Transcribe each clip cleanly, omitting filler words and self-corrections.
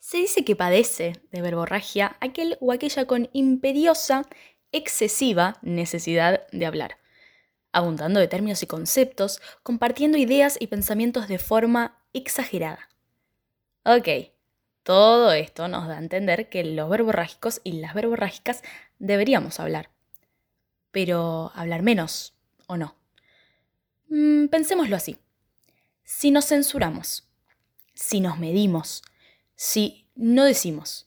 Se dice que padece de verborragia aquel o aquella con imperiosa, excesiva necesidad de hablar, abundando de términos y conceptos, compartiendo ideas y pensamientos de forma exagerada. Ok, todo esto nos da a entender que los verborrágicos y las verborrágicas deberíamos hablar. Pero hablar menos, ¿o no? Pensémoslo así. Si nos censuramos, si nos medimos, si no decimos,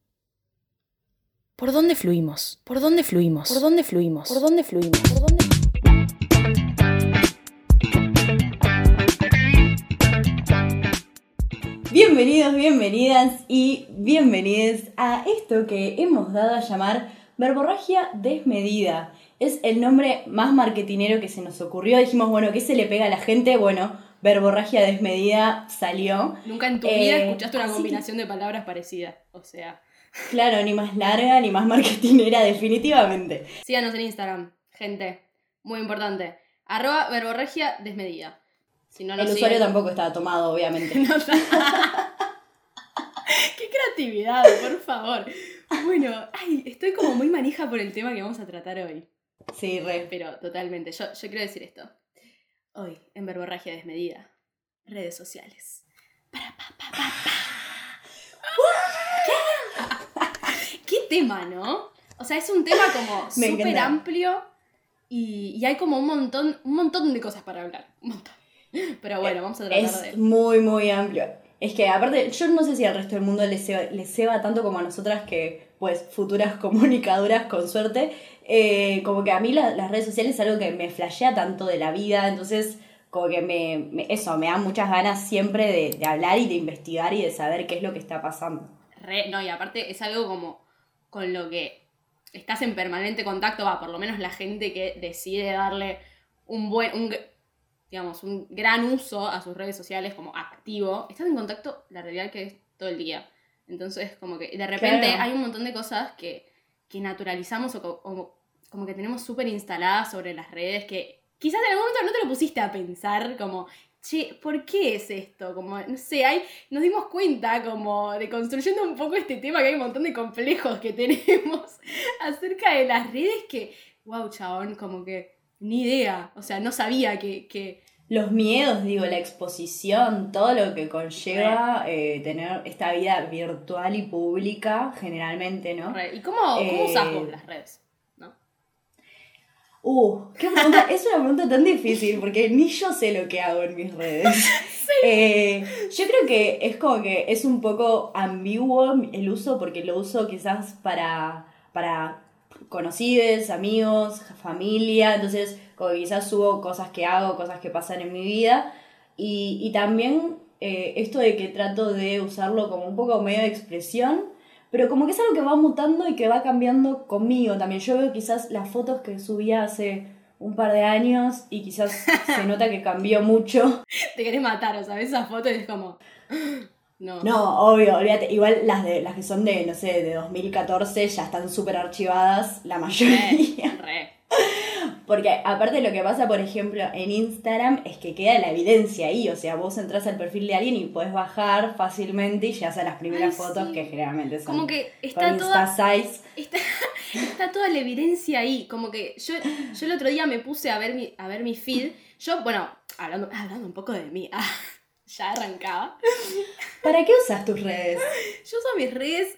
¿por dónde fluimos? ¿Por dónde fluimos? ¿Por dónde fluimos? ¿Por dónde fluimos? ¿Por dónde? Bienvenidos, bienvenidas y bienvenides a esto que hemos dado a llamar verborragia desmedida. Es el nombre más marketinero que se nos ocurrió. Dijimos, bueno, ¿qué se le pega a la gente? Bueno, verborragia desmedida salió. Nunca en tu vida escuchaste una combinación de palabras parecida. O sea, Claro, ni más larga ni más marketinera, definitivamente. síganos en Instagram, gente. Muy importante. @verborragia desmedida. Si no El usuario tampoco estaba tomado, obviamente. No, ¡qué creatividad, por favor! Bueno, estoy como muy manija por el tema que vamos a tratar hoy. Sí, re. Pero totalmente. Yo quiero decir esto. Hoy, en verborragia desmedida, redes sociales. ¿Qué tema, no? O sea, es un tema como Me súper encanta. amplio y hay como un montón de cosas para hablar. Un montón. Pero bueno, vamos a tratar Es muy, muy amplio. Es que aparte, yo no sé si al resto del mundo les ceba tanto como a nosotras que, pues, futuras comunicadoras con suerte, como que a mí las redes sociales es algo que me flashea tanto de la vida, entonces como que me da muchas ganas siempre de hablar y de investigar y de saber qué es lo que está pasando. No, y aparte es algo como con lo que estás en permanente contacto, por lo menos la gente que decide darle un gran uso a sus redes sociales como activo, estás en contacto, la realidad que es todo el día. Entonces, como que de repente Claro. hay un montón de cosas que naturalizamos o como que tenemos súper instaladas sobre las redes que quizás en algún momento no te lo pusiste a pensar como, che, ¿por qué es esto? Como, no sé, nos dimos cuenta como de construyendo un poco este tema que hay un montón de complejos que tenemos acerca de las redes que, wow, chabón, como que ni idea, o sea, no sabía que Los miedos, digo, la exposición, todo lo que conlleva tener esta vida virtual y pública, generalmente, ¿no? ¿Y cómo usás vos las redes? ¿No? Qué pregunta. Es una pregunta tan difícil porque ni yo sé lo que hago en mis redes. Yo creo que es como que es un poco ambiguo el uso porque lo uso quizás para conocidos, amigos, familia, entonces como que quizás subo cosas que hago, cosas que pasan en mi vida y también esto de que trato de usarlo como un poco medio de expresión, pero como que es algo que va mutando y que va cambiando conmigo también. Yo veo quizás las fotos que subía hace un par de años y quizás se nota que cambió mucho. Te querés matar, o sea, ves esas fotos y es como... No. No, obvio, olvídate. Igual las que son de, no sé, de 2014 ya están súper archivadas, la mayoría. Re. Porque aparte lo que pasa, por ejemplo, en Instagram es que queda la evidencia ahí. O sea, vos entras al perfil de alguien y podés bajar fácilmente y llegas a las primeras fotos sí. que generalmente son como que está con toda... Insta-size. Está toda la evidencia ahí. Como que yo el otro día me puse a ver mi feed. Yo, bueno, hablando un poco de mí. Ya arrancaba. ¿Para qué usas tus redes? Yo uso mis redes...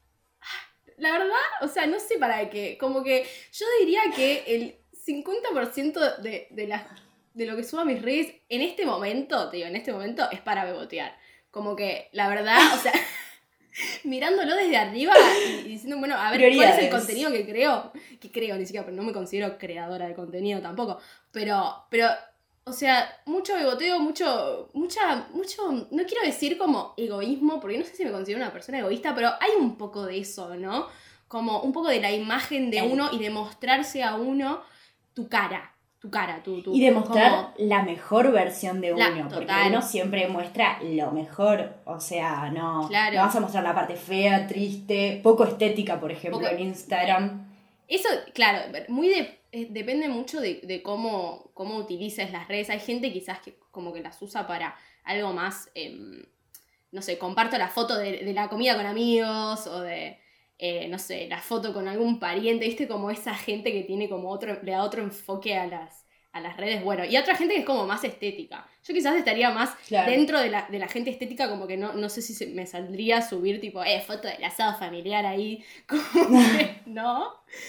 La verdad, o sea, no sé para qué. Como que yo diría que el 50% de lo que subo a mis redes en este momento, es para bebotear. Como que, la verdad, o sea, mirándolo desde arriba y diciendo, bueno, a ver, ¿cuál es el Prioridades. contenido que creo? Que creo, ni siquiera, pero no me considero creadora de contenido tampoco. Pero, o sea, mucho beboteo, mucho, no quiero decir como egoísmo, porque no sé si me considero una persona egoísta, pero hay un poco de eso, ¿no? Como un poco de la imagen de uno y de mostrarse a uno tu cara, tu Y demostrar como... la mejor versión de uno, porque total. uno siempre muestra lo mejor, o sea, no, Claro. no vas a mostrar la parte fea, triste, poco estética, por ejemplo, en Instagram. Eso, claro, depende mucho de cómo utilices las redes. Hay gente quizás que como que las usa para algo más, no sé, comparto la foto de la comida con amigos o de, no sé, la foto con algún pariente, ¿viste? Como esa gente que tiene como le da otro enfoque a las redes, bueno, y otra gente que es como más estética. Yo quizás estaría más dentro de la gente estética, como que no sé si me saldría a subir tipo, foto del asado familiar ahí, como que no,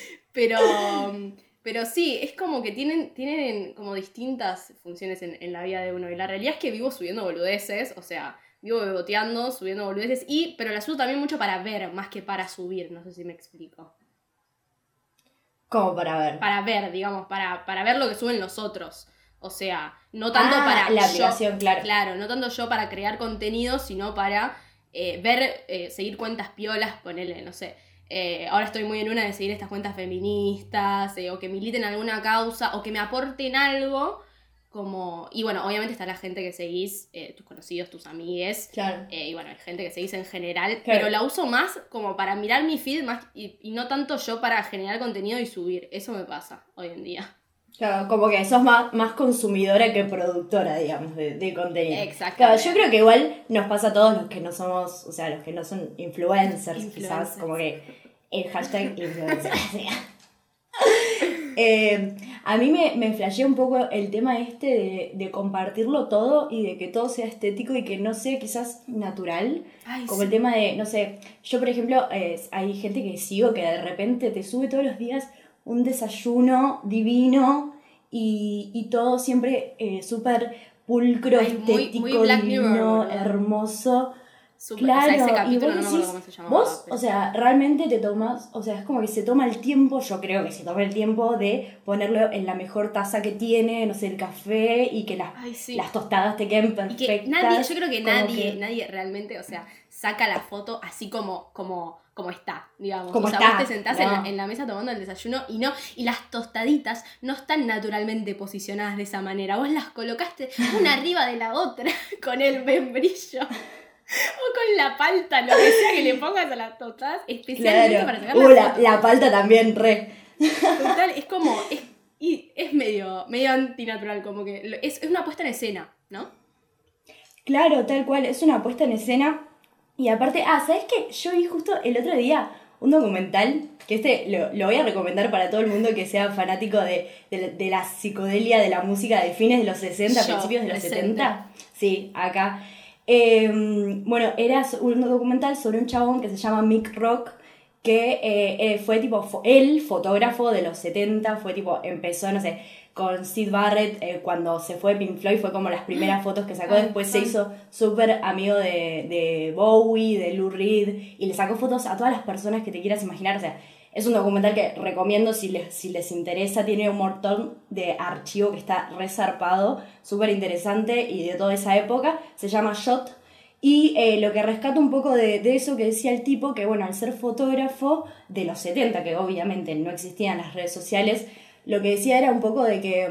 pero sí, es como que tienen como distintas funciones en la vida de uno, y la realidad es que vivo subiendo boludeces, o sea, vivo beboteando, subiendo boludeces, pero las subo también mucho para ver, más que para subir, no sé si me explico. ¿Cómo para ver? Para ver, digamos, para ver lo que suben los otros. O sea, no tanto para la aplicación, claro. Claro, no tanto yo para crear contenido, sino para ver, seguir cuentas piolas, ponerle, no sé. Ahora estoy muy en una de seguir estas cuentas feministas, o que militen alguna causa, o que me aporten algo. Como, y bueno, obviamente está la gente que seguís, tus conocidos, tus amigues. Claro. Y bueno, hay gente que seguís en general. Claro. Pero la uso más como para mirar mi feed más y no tanto yo para generar contenido y subir. Eso me pasa hoy en día. Claro, como que sos más consumidora que productora, digamos, de contenido. Exacto. Claro, yo creo que igual nos pasa a todos los que no somos, o sea, los que no son influencers. Quizás, como que el hashtag influencer. A mí me flashea un poco el tema de compartirlo todo y de que todo sea estético y que no sea quizás natural. Ay, como sí. El tema de, no sé, yo por ejemplo, hay gente que sigo que de repente te sube todos los días un desayuno divino y todo siempre súper pulcro, estético, muy Black divino, Mirror, hermoso. Super, Claro, o sea, ese y capítulo vos no me acuerdo decís, cómo se llamaba. vos, o sea, realmente te tomas, o sea, es como que se toma el tiempo, yo creo que se toma el tiempo de ponerlo en la mejor taza que tiene, no sé, el café, y que las tostadas te queden perfectas. Y que yo creo que nadie realmente, o sea, saca la foto así como está, digamos. Como o sea, está, vos te sentás no. en la mesa tomando el desayuno y las tostaditas no están naturalmente posicionadas de esa manera. Vos las colocaste una arriba de la otra con el membrillo. O con la palta, lo que sea que le pongas a las tostadas, especialmente para sacar la foto. La palta también, re. Total, es como, es medio antinatural, como que es una puesta en escena, ¿no? Claro, tal cual, es una puesta en escena. Y aparte, ¿sabes qué? Yo vi justo el otro día un documental, que lo voy a recomendar para todo el mundo que sea fanático de la psicodelia de la música de fines de los 60, principios de los 70. Sí, acá. Bueno, era un documental sobre un chabón que se llama Mick Rock, que fue tipo, el fotógrafo de los 70, fue tipo, empezó, no sé, con Syd Barrett, cuando se fue Pink Floyd, fue como las primeras fotos que sacó. Después se hizo súper amigo de Bowie, de Lou Reed, y le sacó fotos a todas las personas que te quieras imaginar. O sea, es un documental que recomiendo si les interesa. Tiene un montón de archivo que está resarpado, súper interesante y de toda esa época. Se llama Shot. Y lo que rescato un poco de eso que decía el tipo, que bueno, al ser fotógrafo de los 70, que obviamente no existían las redes sociales, lo que decía era un poco de que,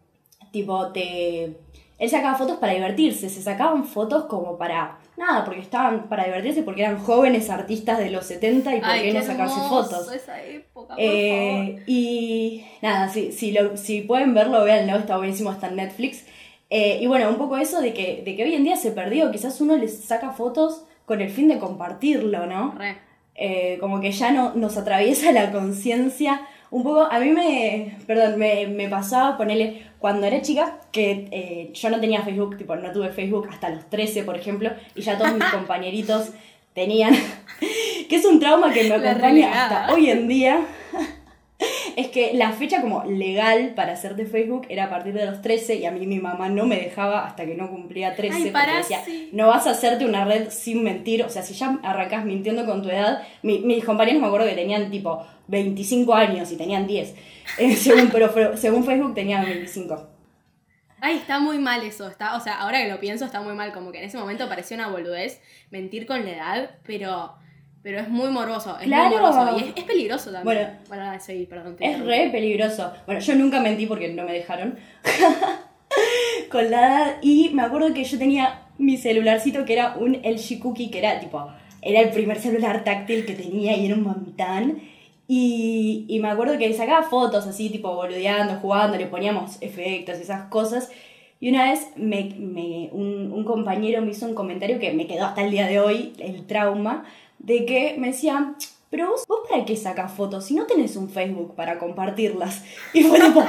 él sacaba fotos para divertirse, se sacaban fotos como para nada, porque estaban para divertirse, porque eran jóvenes artistas de los 70 y por qué no sacarse fotos. Esa época, por favor. Y nada, si pueden verlo, véanlo, está buenísimo, está en Netflix. Y bueno, un poco eso de que hoy en día se perdió, quizás uno les saca fotos con el fin de compartirlo, ¿no? Como que ya no nos atraviesa la conciencia. Un poco, a mí me pasaba ponerle, cuando era chica, que yo no tenía Facebook, tipo, no tuve Facebook hasta los 13, por ejemplo, y ya todos mis compañeritos tenían, que es un trauma que me acompaña hasta hoy en día. Es que la fecha como legal para hacerte Facebook era a partir de los 13, y a mí mi mamá no me dejaba hasta que no cumplía 13. Porque decía, no vas a hacerte una red sin mentir. O sea, si ya arrancás mintiendo con tu edad. Mis compañeros me acuerdo que tenían tipo 25 años y tenían 10. Pero según Facebook tenían 25. Ay, está muy mal eso, o sea, ahora que lo pienso está muy mal, como que en ese momento parecía una boludez mentir con la edad, pero es muy morboso, claro. Muy morboso y es peligroso también. Bueno, sí, perdón. Es re peligroso. Bueno, yo nunca mentí porque no me dejaron con la edad, y me acuerdo que yo tenía mi celularcito que era un LG Cookie, que era el primer celular táctil que tenía y era un montón. Y me acuerdo que sacaba fotos así, tipo boludeando, jugando, le poníamos efectos y esas cosas. Y una vez un compañero me hizo un comentario que me quedó hasta el día de hoy, el trauma, de que me decía, pero vos ¿para qué sacas fotos si no tenés un Facebook para compartirlas? Y fue tipo...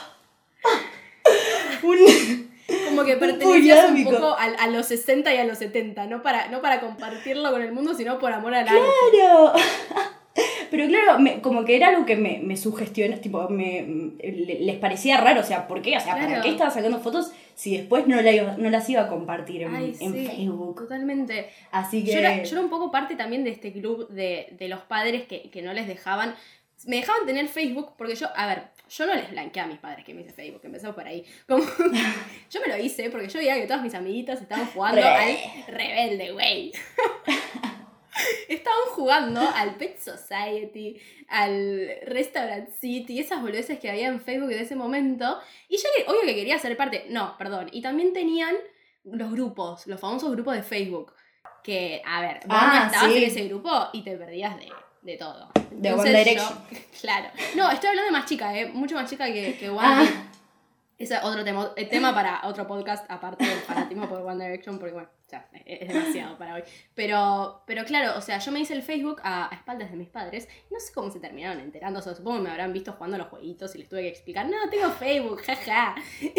Como que pertenecías un poco a los 60 y a los 70, no para compartirlo con el mundo, sino por amor al arte. ¡Claro! Pero claro, como que era algo que me sugestionó, tipo, les parecía raro, o sea, ¿por qué? O sea, Claro. ¿para qué estaba sacando fotos si después no las iba a compartir en Sí, Facebook? Totalmente. Así que... Yo era un poco parte también de este club de los padres que no les dejaban. Me dejaban tener Facebook porque yo no les blanqueé a mis padres que me hice Facebook, empezó por ahí. Como, yo me lo hice porque yo veía que todas mis amiguitas estaban jugando al rebelde, güey. Estaban jugando al Pet Society, al Restaurant City, esas boludeces que había en Facebook de ese momento. Y yo, obvio que quería ser parte. No, perdón. Y también tenían los grupos, los famosos grupos de Facebook. Que, a ver, vos no estabas en ese grupo y te perdías de todo. De One Direction. Claro. No, estoy hablando de más chica, mucho más chica que One Direction. Ese es otro tema para otro podcast, aparte del fanatismo por One Direction, porque bueno, ya, es demasiado para hoy. Pero claro, o sea, yo me hice el Facebook a espaldas de mis padres, y no sé cómo se terminaron enterando, o sea, supongo que me habrán visto jugando a los jueguitos y les tuve que explicar, no, tengo Facebook, jaja.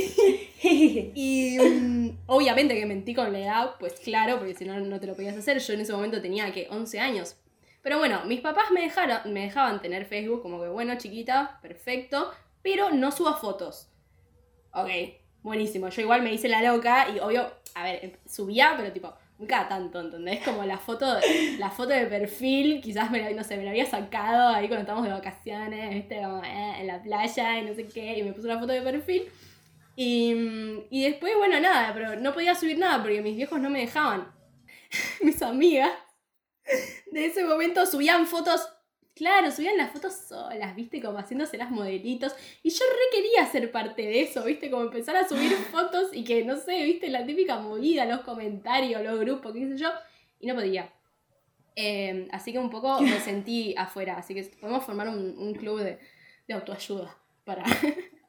Y obviamente que mentí con la edad, pues claro, porque si no, no te lo podías hacer. Yo en ese momento tenía, 11 años. Pero bueno, mis papás me dejaban tener Facebook, como que bueno, chiquita, perfecto, pero no suba fotos. Ok, buenísimo. Yo igual me hice la loca y obvio, a ver, subía, pero tipo, cada tanto, ¿entendés? Como la foto de perfil, quizás me la había sacado ahí cuando estábamos de vacaciones, ¿viste? Como en la playa y no sé qué, y me puse una foto de perfil. Y después, bueno, nada, pero no podía subir nada porque mis viejos no me dejaban. Mis amigas de ese momento subían fotos. Claro, subían las fotos solas, ¿viste? Como haciéndose las modelitos. Y yo re quería ser parte de eso, ¿viste? Como empezar a subir fotos y que, no sé, ¿viste? La típica movida, los comentarios, los grupos, qué sé yo. Y no podía. Así que un poco me sentí afuera. Así que podemos formar un club de autoayuda para la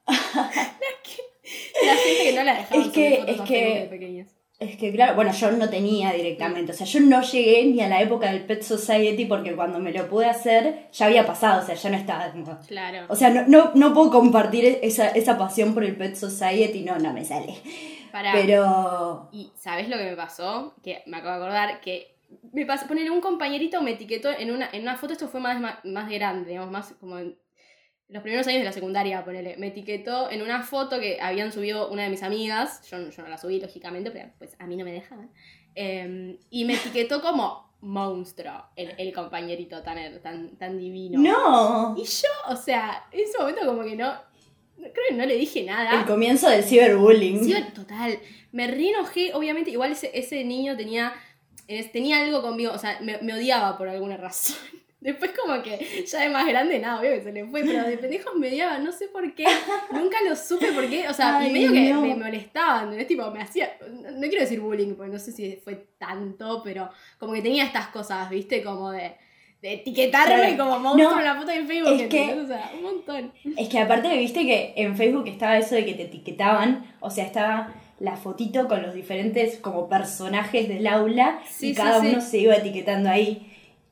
gente que no la dejaba subir fotos a Facebook de pequeñas. Es que claro, bueno, yo no tenía directamente, o sea, yo no llegué ni a la época del Pet Society porque cuando me lo pude hacer ya había pasado, o sea, ya no estaba como... Claro. O sea, no puedo compartir esa pasión por el Pet Society, no me sale. Pero... ¿Y sabes lo que me pasó? Que me acabo de acordar que me pasó, ponerle un compañerito me etiquetó en una foto, esto fue más grande, digamos, más como en los primeros años de la secundaria, ponele, me etiquetó en una foto que habían subido una de mis amigas, yo no la subí, lógicamente, pero pues a mí no me dejaban, y me etiquetó como monstruo, el compañerito tan divino. ¡No! Y yo, o sea, en ese momento como que no, creo que no le dije nada. El comienzo del ciberbullying. Sí, total, me re enojé, obviamente, igual ese niño tenía algo conmigo, o sea, me odiaba por alguna razón. Después como que ya de más grande, nada, obvio que se le fue, pero de pendejos me odiaba, no sé por qué, nunca lo supe por qué, o sea, Ay, y medio que no. me molestaban, ¿no? Tipo, me hacía, no quiero decir bullying, porque no sé si fue tanto, pero como que tenía estas cosas, ¿viste? Como de etiquetarme como monstruo en la foto de Facebook, es que, o sea, un montón. Es que aparte, viste que en Facebook estaba eso de que te etiquetaban, o sea, estaba la fotito con los diferentes como personajes del aula y cada uno se iba etiquetando ahí.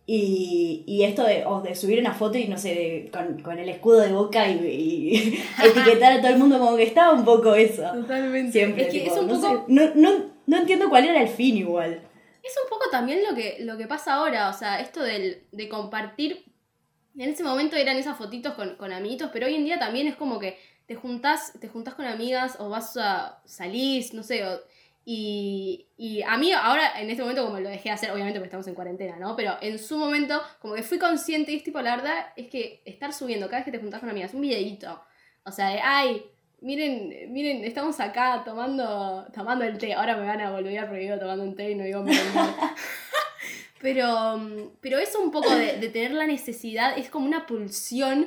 Y esto de subir una foto y no sé, con el escudo de Boca y etiquetar a todo el mundo, como que estaba un poco eso. Totalmente. Siempre, es que tipo, es un no poco... sé, no entiendo cuál era el fin igual. Es un poco también lo que pasa ahora, o sea, esto de compartir. En ese momento eran esas fotitos con amiguitos, pero hoy en día también es como que te juntás con amigas o vas a salís, no sé, y a mí ahora en este momento como lo dejé de hacer, obviamente porque estamos en cuarentena, ¿no? Pero en su momento como que fui consciente y es tipo, la verdad es que estar subiendo cada vez que te juntás con amigas un videíto, o sea, de, ay, miren, estamos acá tomando el té, ahora me van a volver porque digo tomando un té y no digo merendar. Pero eso un poco de tener la necesidad, es como una pulsión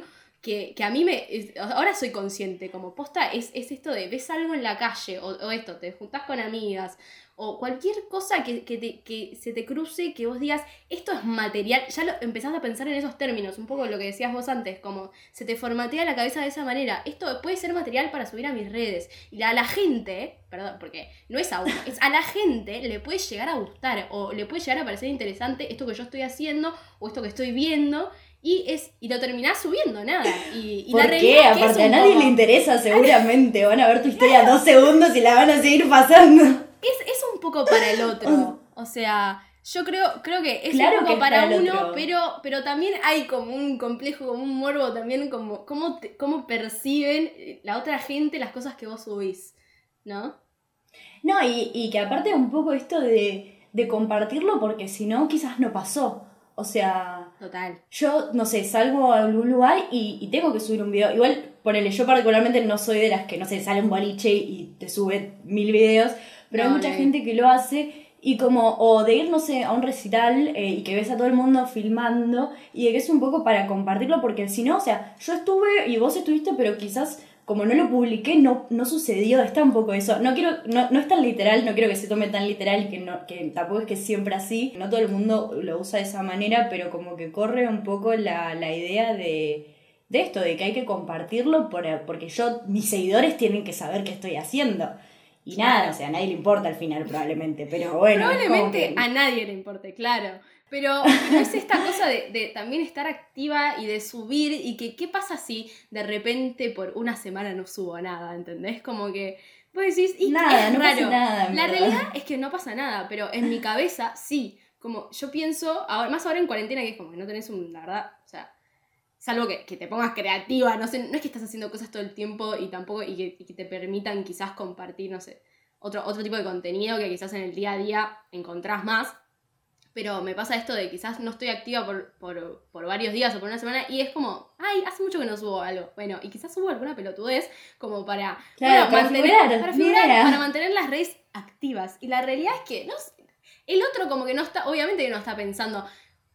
que a mí ahora soy consciente, como posta, es esto de ves algo en la calle, o esto, te juntás con amigas, o cualquier cosa que se te cruce, que vos digas, esto es material, ya lo empezás a pensar en esos términos, un poco lo que decías vos antes, como se te formatea la cabeza de esa manera, esto puede ser material para subir a mis redes, y a la gente, perdón, porque no es a uno, es a la gente le puede llegar a gustar, o le puede llegar a parecer interesante esto que yo estoy haciendo, o esto que estoy viendo, y lo terminás subiendo, nada. Y ¿Por la qué? realidad es que Aparte, es a un nadie poco- le interesa seguramente. Van a ver tu historia 2 segundos y la van a seguir pasando. Es un poco para el otro. O sea, yo creo que es Claro un que poco es para para el uno, otro. pero también hay como un complejo, como un morbo también, como cómo perciben la otra gente las cosas que vos subís, ¿no? No, y que aparte un poco esto de compartirlo porque si no, quizás no pasó. O sea, Total. yo, no sé, salgo a algún lugar y tengo que subir un video. Igual, ponele, yo particularmente no soy de las que, no sé, sale un boliche y te sube 1000 videos, pero No, hay mucha no. gente que lo hace y como, o de ir, no sé, a un recital y que ves a todo el mundo filmando y de que es un poco para compartirlo porque si no, o sea, yo estuve y vos estuviste, pero quizás como no lo publiqué, no sucedió, está un poco eso. No es tan literal, no quiero que se tome tan literal que tampoco es que es siempre así. No todo el mundo lo usa de esa manera, pero como que corre un poco la idea de esto, de que hay que compartirlo porque mis seguidores tienen que saber qué estoy haciendo. Y nada, o sea, a nadie le importa al final probablemente, pero bueno. Probablemente es como que... a nadie le importe, claro. Pero es esta cosa de también estar activa y de subir y que qué pasa si de repente por una semana no subo nada, ¿entendés? Como que vos decís, y Nada, es no raro. pasa nada, en La verdad. realidad es que no pasa nada, pero en mi cabeza sí. Como yo pienso, más ahora en cuarentena, que es como que no tenés la verdad, o sea, salvo que te pongas creativa, no sé, no es que estás haciendo cosas todo el tiempo y tampoco, y que te permitan quizás compartir, no sé, otro tipo de contenido que quizás en el día a día encontrás más. Pero me pasa esto de quizás no estoy activa por varios días o por una semana y es como, ay, hace mucho que no subo algo. Bueno, y quizás subo alguna pelotudez como para, Claro, para figurar, para mantener las redes activas. Y la realidad es que el otro como que no está, obviamente que no está pensando,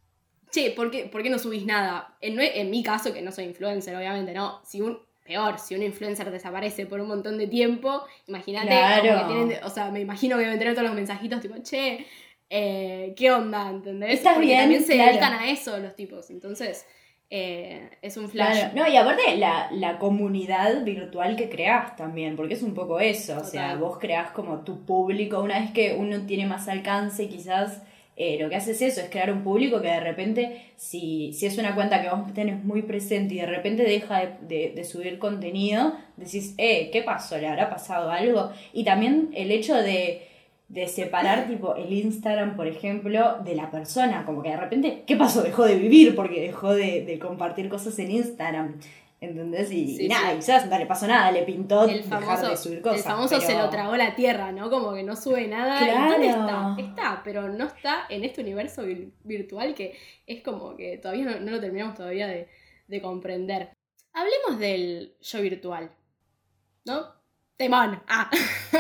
che, ¿por qué no subís nada? En mi caso, que no soy influencer, obviamente, ¿no? Si un influencer desaparece por un montón de tiempo, imagínate, Claro. como que o sea, me imagino que deben tener todos los mensajitos tipo, che, ¿qué onda? ¿Entendés? ¿Estás Porque bien? también se Claro. dedican a eso los tipos, entonces es un flash. Claro, no, y aparte la comunidad virtual que creás también, porque es un poco eso, o sea, Total. vos creás como tu público, una vez que uno tiene más alcance, quizás lo que haces eso, es crear un público que de repente, si es una cuenta que vos tenés muy presente y de repente deja de subir contenido, decís, ¿qué pasó? ¿Le habrá pasado algo? Y también el hecho de separar tipo el Instagram, por ejemplo, de la persona, como que de repente, ¿qué pasó? Dejó de vivir porque dejó de compartir cosas en Instagram, ¿entendés? Y Sí, nada, sí. quizás no le pasó nada, le pintó El dejar famoso, de subir cosas. el famoso pero... se lo tragó la tierra, ¿no? Como que no sube nada. Claro. ¿Y dónde está? Está, pero no está en este universo virtual que es como que todavía no lo terminamos todavía de comprender. Hablemos del yo virtual, ¿no? Temón. Ah.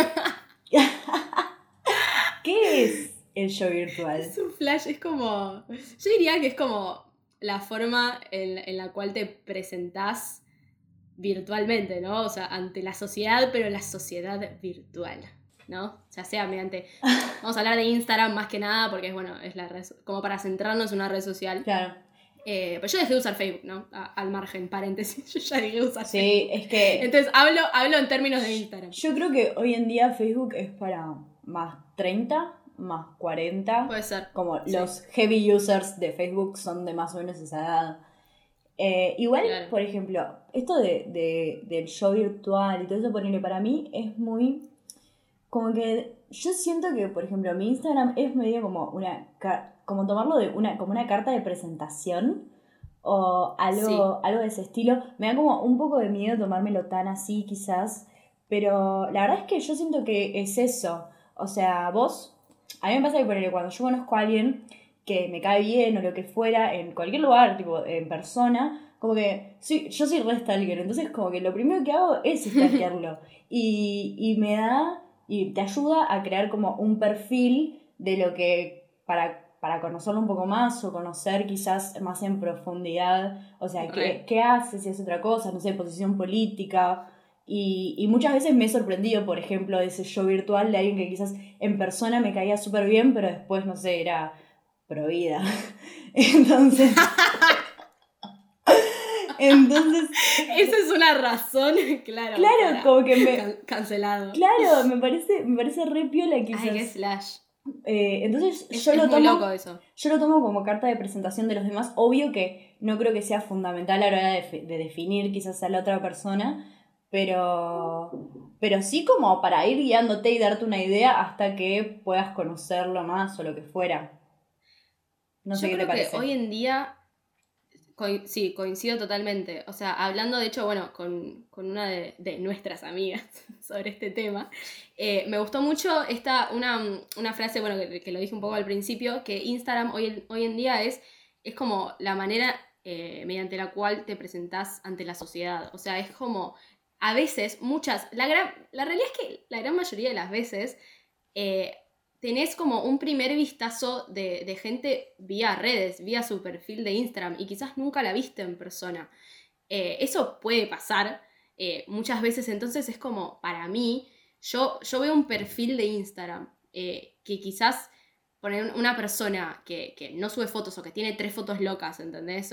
¿Qué es el show virtual? Es un flash, es como... Yo diría que es como la forma en la cual te presentás virtualmente, ¿no? O sea, ante la sociedad, pero la sociedad virtual, ¿no? O sea mediante... Vamos a hablar de Instagram más que nada, porque es, bueno, es la red... Como para centrarnos en una red social. Claro. Pero yo dejé de usar Facebook, ¿no? Al margen, paréntesis. Yo ya dejé de usar Facebook. Sí, es que... Entonces, hablo en términos de Instagram. Yo creo que hoy en día Facebook es para más 30, más 40. Puede ser. Como Sí. los heavy users de Facebook son de más o menos esa edad. Igual, Claro. por ejemplo, esto del show virtual y todo eso, ponele, para mí es muy... Como que yo siento que, por ejemplo, mi Instagram es medio como como tomarlo como una carta de presentación o algo de ese estilo. Me da como un poco de miedo tomármelo tan así quizás, pero la verdad es que yo siento que es eso. O sea, a mí me pasa que ponele, cuando yo conozco a alguien que me cae bien o lo que fuera, en cualquier lugar, tipo en persona, como que yo soy re stalker, entonces como que lo primero que hago es stalkearlo. y me da... Y te ayuda a crear como un perfil de lo que, para para conocerlo un poco más o conocer quizás más en profundidad, o sea, Re. qué hace, si es otra cosa, no sé, posición política. Y muchas veces me he sorprendido, por ejemplo, de ese yo virtual de alguien que quizás en persona me caía súper bien, pero después, no sé, era provida. Entonces, entonces, Esa es una razón, claro. claro, para como que me... cancelado. Claro, me parece re piola quizás. Ay, qué flash. Entonces Es yo lo muy tomo, loco eso. yo lo tomo como carta de presentación de los demás. Obvio que no creo que sea fundamental a la hora de definir quizás a la otra persona, pero sí como para ir guiándote y darte una idea hasta que puedas conocerlo más o lo que fuera. No sé Yo qué te creo que parece. hoy en día, sí, coincido totalmente. O sea, hablando de hecho, bueno, con una de nuestras amigas sobre este tema, me gustó mucho una frase, bueno, que lo dije un poco al principio, que Instagram hoy en día es como la manera mediante la cual te presentás ante la sociedad. O sea, es como, a veces, la realidad es que la gran mayoría de las veces eh, tenés como un primer vistazo de gente vía redes, vía su perfil de Instagram, y quizás nunca la viste en persona. Eso puede pasar muchas veces, entonces es como, para mí, yo veo un perfil de Instagram que quizás poner una persona que no sube fotos o que tiene 3 fotos locas, ¿entendés?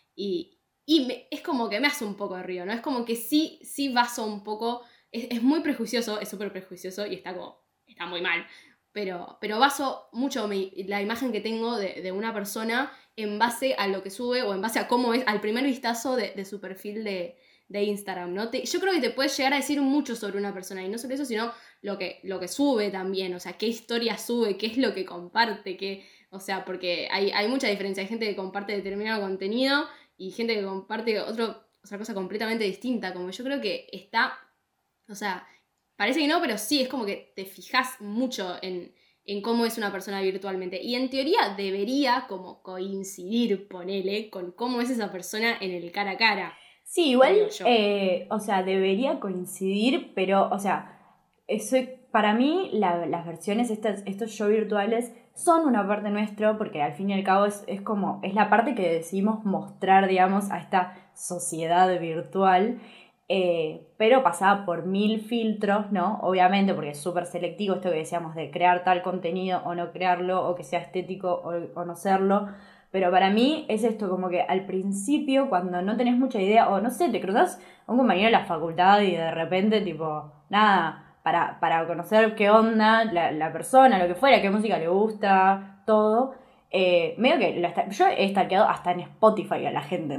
Es como que me hace un poco de ruido, ¿no? Es como que sí baso un poco, es muy prejuicioso, es súper prejuicioso y está muy mal, pero baso mucho la imagen que tengo de una persona en base a lo que sube o en base a cómo es al primer vistazo de su perfil de Instagram, ¿no? Yo creo que te puedes llegar a decir mucho sobre una persona, y no solo eso, sino lo que sube también, o sea, qué historia sube, qué es lo que comparte, o sea, porque hay mucha diferencia, hay gente que comparte determinado contenido y gente que comparte otra cosa completamente distinta, como yo creo que o sea, parece que no, pero sí, es como que te fijas mucho en cómo es una persona virtualmente. Y en teoría debería como coincidir, ponele, con cómo es esa persona en el cara a cara. Sí, igual, Creo yo. o sea, debería coincidir, pero, o sea, eso, para mí las versiones, estos show virtuales, son una parte nuestra, porque al fin y al cabo es como, es la parte que decidimos mostrar, digamos, a esta sociedad virtual, pero pasada por 1000 filtros, ¿no? Obviamente, porque es súper selectivo esto que decíamos de crear tal contenido o no crearlo, o que sea estético o no serlo. Pero para mí es esto, como que al principio, cuando no tenés mucha idea, o no sé, te cruzas a un compañero de la facultad y de repente, tipo, nada, para conocer qué onda la persona, lo que fuera, qué música le gusta, todo. Medio que yo he stalkeado hasta en Spotify a la gente.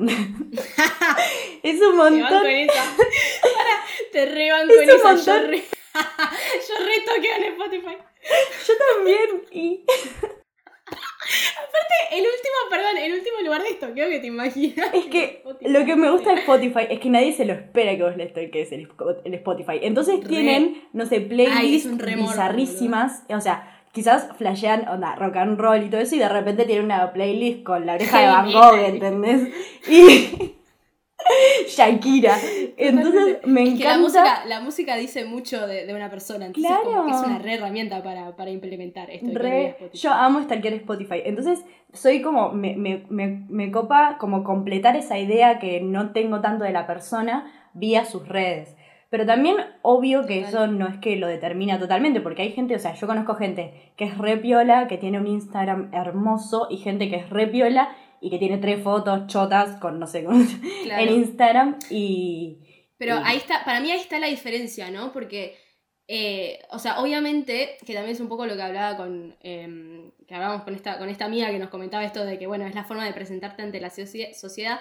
Es un Te montón. van con esa. Te reban Es con un esa. montón. Yo re toqueo en Spotify. Yo también. Y El último lugar de estoqueo que te imaginas. es tipo que Spotify. lo que me gusta de Spotify es que nadie se lo espera que vos le stalkees el Spotify. Entonces Re. tienen, no sé, Ay, es playlists un remorbo, bizarrísimas. O sea, quizás flashean onda, rock and roll y todo eso, y de repente tienen una playlist con la oreja de Heavy Van Gogh, metal. ¿entendés? Y Shakira. Entonces Totalmente. me Es que encanta. la música dice mucho de una persona, entonces como que es una Claro. re herramienta para implementar esto de que olvida Re, yo Spotify. amo stalkear Spotify. Entonces, soy como, me copa como completar esa idea que no tengo tanto de la persona vía sus redes. Pero también, obvio que Total. eso no es que lo determina totalmente, porque hay gente, o sea, yo conozco gente que es re piola, que tiene un Instagram hermoso, y gente que es re piola y que tiene 3 fotos chotas con, no sé, en Claro. Instagram Pero ahí está, para mí ahí está la diferencia, ¿no? Porque, o sea, obviamente, que también es un poco lo que hablaba que hablábamos con esta amiga que nos comentaba esto de que, bueno, es la forma de presentarte ante la sociedad.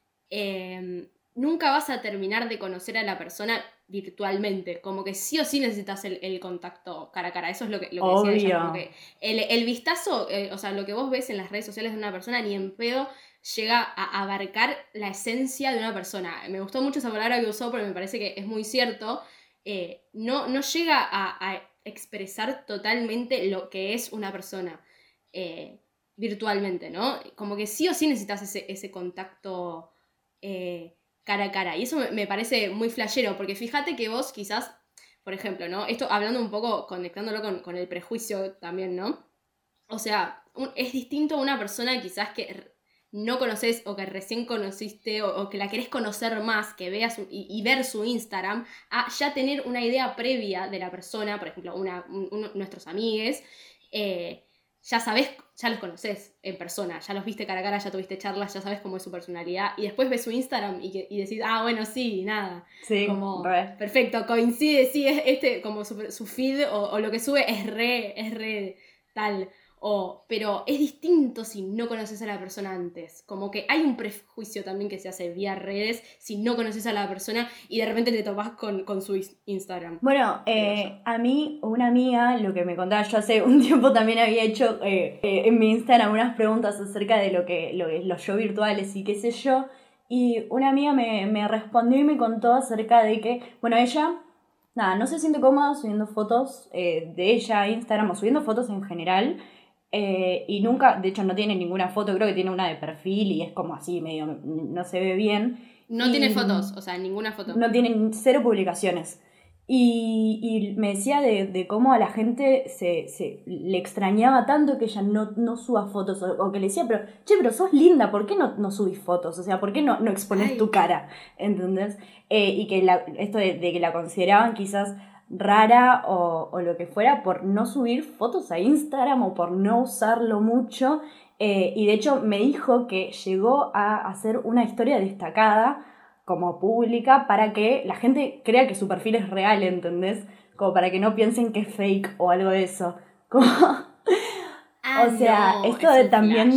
Nunca vas a terminar de conocer a la persona virtualmente, como que sí o sí necesitas el contacto cara a cara, eso es lo que decía ella, como obvio. que el vistazo, o sea, lo que vos ves en las redes sociales de una persona ni en pedo llega a abarcar la esencia de una persona. Me gustó mucho esa palabra que usó porque me parece que es muy cierto. No llega a expresar totalmente lo que es una persona virtualmente, ¿no? Como que sí o sí necesitas ese contacto cara a cara. Y eso me parece muy flashero, porque fíjate que vos quizás, por ejemplo, ¿no? Esto hablando un poco, conectándolo con el prejuicio también, ¿no? o sea, es distinto a una persona quizás que no conoces o que recién conociste o que la querés conocer más, que veas y ver su Instagram, a ya tener una idea previa de la persona, por ejemplo, nuestros amigues, ya sabés, ya los conocés en persona, ya los viste cara a cara, ya tuviste charlas, ya sabes cómo es su personalidad, y después ves su Instagram y decís, bueno, sí, nada. Sí, como, re. perfecto, coincide, sí, es como su feed o lo que sube es re tal. Pero es distinto si no conoces a la persona antes. Como que hay un prejuicio también que se hace vía redes si no conoces a la persona y de repente te topas con su Instagram. Bueno, a mí, una amiga, lo que me contaba, yo hace un tiempo también había hecho en mi Instagram unas preguntas acerca de lo que los shows virtuales y qué sé yo. Y una amiga me respondió y me contó acerca de que, bueno, ella, nada, no se siente cómoda subiendo fotos de ella a Instagram o subiendo fotos en general. Y nunca, de hecho no tiene ninguna foto, creo que tiene una de perfil y es como así, medio, no se ve bien. No tiene fotos, o sea, ninguna foto. No tiene cero publicaciones. Y me decía de cómo a la gente le extrañaba tanto que ella no suba fotos. O que le decía, pero sos linda, ¿por qué no subís fotos? O sea, ¿por qué no expones tu cara? ¿Entendés? Y que esto de que la consideraban quizás rara o lo que fuera por no subir fotos a Instagram o por no usarlo mucho. Y de hecho me dijo que llegó a hacer una historia destacada como pública para que la gente crea que su perfil es real, ¿entendés? Como para que no piensen que es fake o algo de eso. Como... o sea, no, esto de también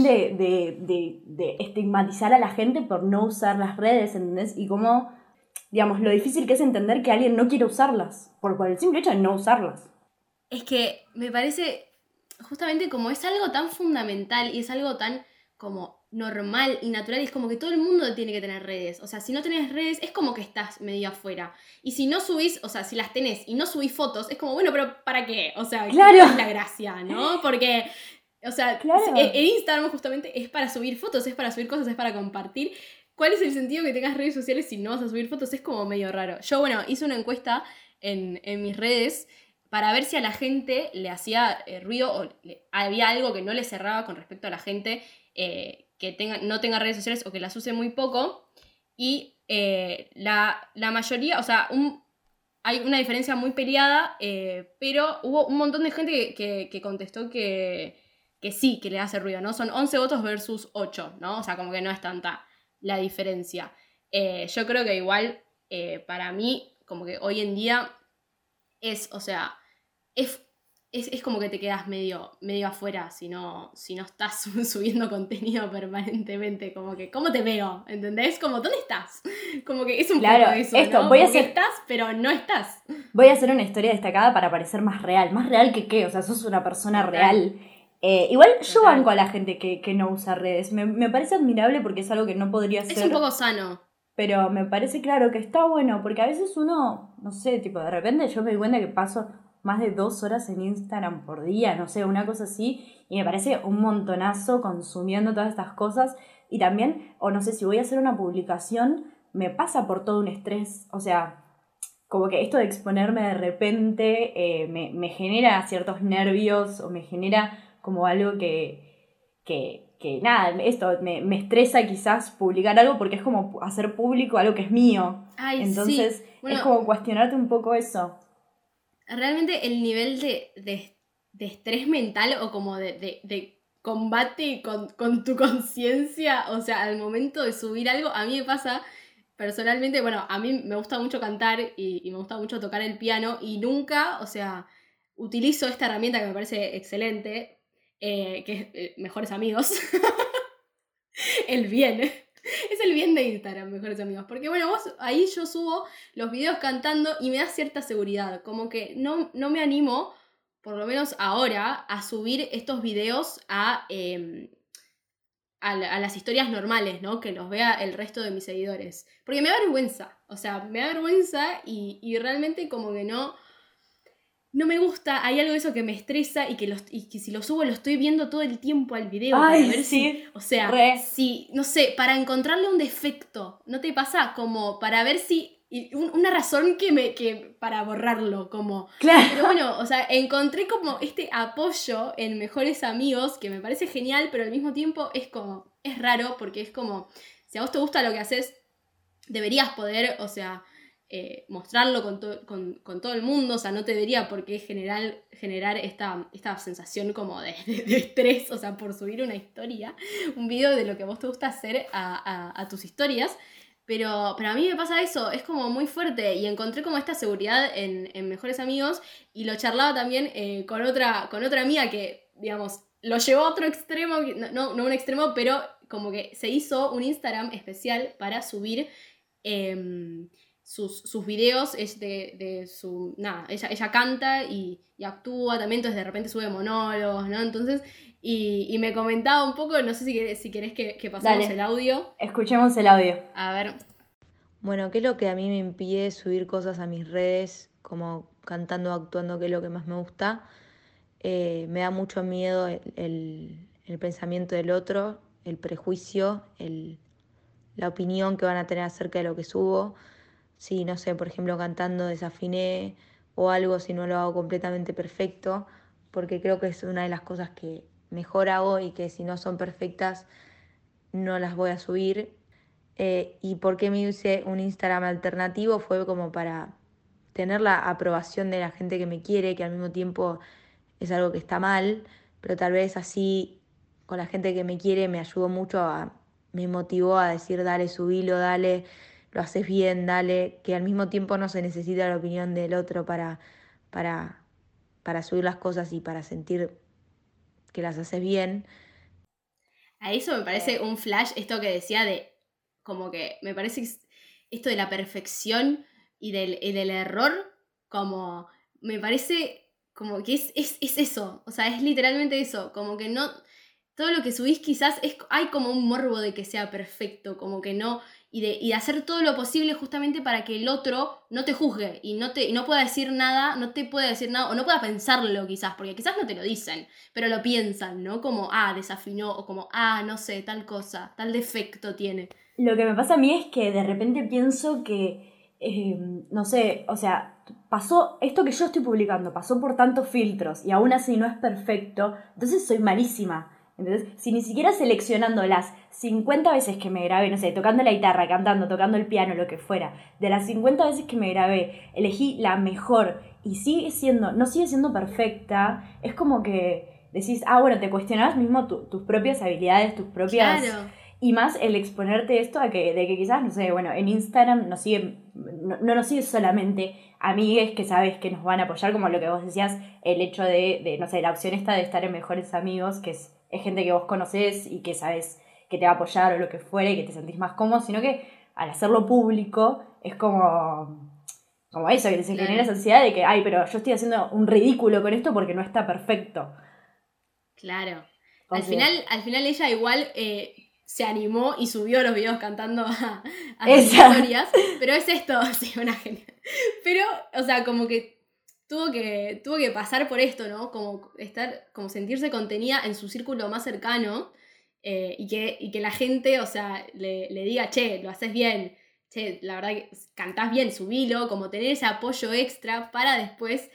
de estigmatizar a la gente por no usar las redes, ¿entendés? Y como, digamos, lo difícil que es entender que alguien no quiere usarlas, por el simple hecho de no usarlas. Es que me parece, justamente como es algo tan fundamental y es algo tan como normal y natural, y es como que todo el mundo tiene que tener redes. O sea, si no tenés redes, es como que estás medio afuera. Y si no subís, o sea, si las tenés y no subís fotos, es como, bueno, pero ¿para qué? O sea, Claro. ¿cuál es la gracia, no? Porque, o sea, Claro. el Instagram justamente es para subir fotos, es para subir cosas, es para compartir. ¿Cuál es el sentido que tengas redes sociales si no vas a subir fotos? Es como medio raro. Yo, bueno, hice una encuesta en mis redes para ver si a la gente le hacía ruido o había algo que no le cerraba con respecto a la gente que no tenga redes sociales o que las use muy poco. Y la mayoría, o sea, hay una diferencia muy peleada, pero hubo un montón de gente que contestó que sí, que le hace ruido, ¿no? Son 11 votos versus 8, ¿no? O sea, como que no es tanta la diferencia. Yo creo que igual, para mí, como que hoy en día o sea, es como que te quedas medio afuera si no estás subiendo contenido permanentemente. Como que, ¿cómo te veo? ¿Entendés? Como, ¿dónde estás? Como que es un poco eso, esto, ¿no? voy a Como que hacer... estás, pero no estás. Voy a hacer una historia destacada para parecer más real. ¿Más real que qué? O sea, sos una persona Total. real. Igual yo Total. banco a la gente que no usa redes. Me parece admirable porque es algo que no podría ser. Es un poco sano. Pero me parece claro que está bueno, porque a veces uno, no sé, tipo, de repente yo me doy cuenta que paso más de 2 horas en Instagram por día, no sé, una cosa así, y me parece un montonazo consumiendo todas estas cosas. Y también, o no sé, si voy a hacer una publicación, me pasa por todo un estrés, o sea, como que esto de exponerme de repente me genera ciertos nervios o me genera como algo que nada, esto me estresa quizás publicar algo porque es como hacer público algo que es mío. Ay, entonces sí. Bueno, es como cuestionarte un poco eso. realmente el nivel de estrés mental o como de combate con tu conciencia, o sea, al momento de subir algo, a mí me pasa personalmente, bueno, a mí me gusta mucho cantar y me gusta mucho tocar el piano y nunca, o sea, utilizo esta herramienta que me parece excelente, que es Mejores Amigos, el bien. Es el bien de Instagram, Mejores Amigos. Porque bueno, ahí yo subo los videos cantando y me da cierta seguridad. Como que no me animo, por lo menos ahora, a subir estos videos a las historias normales, ¿no? Que los vea el resto de mis seguidores. Porque me da vergüenza. O sea, me da vergüenza y realmente como que no me gusta, hay algo de eso que me estresa y que si lo subo lo estoy viendo todo el tiempo al video. Ay, para ver sí, si, o sea, re. si, no sé, para encontrarle un defecto, ¿no te pasa? Como para ver si una razón que para borrarlo, como... Claro. Pero bueno, o sea, encontré como este apoyo en mejores amigos que me parece genial, pero al mismo tiempo es como, es raro porque es como, si a vos te gusta lo que haces, deberías poder, o sea, mostrarlo con todo el mundo, o sea, no te debería por qué generar esta sensación como de estrés, o sea, por subir una historia, un video de lo que a vos te gusta hacer a tus historias. Pero a mí me pasa eso, es como muy fuerte y encontré como esta seguridad en mejores amigos y lo charlaba también con otra amiga que, digamos, lo llevó a otro extremo, no un extremo, pero como que se hizo un Instagram especial para subir sus videos es de su... Nada, ella canta y actúa también, entonces de repente sube monólogos, ¿no? Entonces, y me comentaba un poco, no sé si querés que pasemos Dale. el audio. Escuchemos el audio. A ver. Bueno, ¿qué es lo que a mí me impide subir cosas a mis redes, como cantando, actuando, que es lo que más me gusta? Me da mucho miedo el pensamiento del otro, el prejuicio, la opinión que van a tener acerca de lo que subo. Si, no sé, por ejemplo, cantando desafiné o algo, si no lo hago completamente perfecto, porque creo que es una de las cosas que mejor hago y que si no son perfectas no las voy a subir. Y por qué me hice un Instagram alternativo fue como para tener la aprobación de la gente que me quiere, que al mismo tiempo es algo que está mal, pero tal vez así con la gente que me quiere me ayudó mucho me motivó a decir dale, subilo, dale, lo haces bien, dale, que al mismo tiempo no se necesita la opinión del otro para, para subir las cosas y para sentir que las haces bien. A eso me parece un flash, esto que decía de, como que me parece que esto de la perfección y del error, como, me parece como que es eso, o sea, es literalmente eso, como que no, todo lo que subís quizás hay como un morbo de que sea perfecto, como que no, y de hacer todo lo posible justamente para que el otro no te juzgue y no pueda decir nada, no te pueda decir nada, o no pueda pensarlo quizás, porque quizás no te lo dicen, pero lo piensan, ¿no? Como, desafinó, o como, no sé, tal cosa, tal defecto tiene. Lo que me pasa a mí es que de repente pienso que, no sé, o sea, pasó, esto que yo estoy publicando pasó por tantos filtros y aún así no es perfecto, entonces soy malísima. Entonces, si ni siquiera seleccionando las 50 veces que me grabé, no sé, tocando la guitarra, cantando, tocando el piano, lo que fuera, de las 50 veces que me grabé, elegí la mejor y no sigue siendo perfecta, es como que decís, bueno, te cuestionás mismo tus propias habilidades, tus propias... Claro. Y más el exponerte esto de que quizás, no sé, bueno, en Instagram nos siguen, no nos sigue solamente amigues que sabes que nos van a apoyar, como lo que vos decías, el hecho de no sé, la opción esta de estar en mejores amigos, que es gente que vos conocés y que sabes que te va a apoyar o lo que fuera y que te sentís más cómodo, sino que al hacerlo público es como eso, que se genera esa ansiedad de que, pero yo estoy haciendo un ridículo con esto porque no está perfecto. Claro. O Al sea, final ella igual se animó y subió los videos cantando a sus Esa. historias. Pero es esto, sí, una genial. Pero, o sea, como que tuvo que pasar por esto, ¿no? Como sentirse contenida en su círculo más cercano y que la gente, o sea, le diga, che, lo haces bien, che, la verdad que cantás bien, subilo, como tener ese apoyo extra para después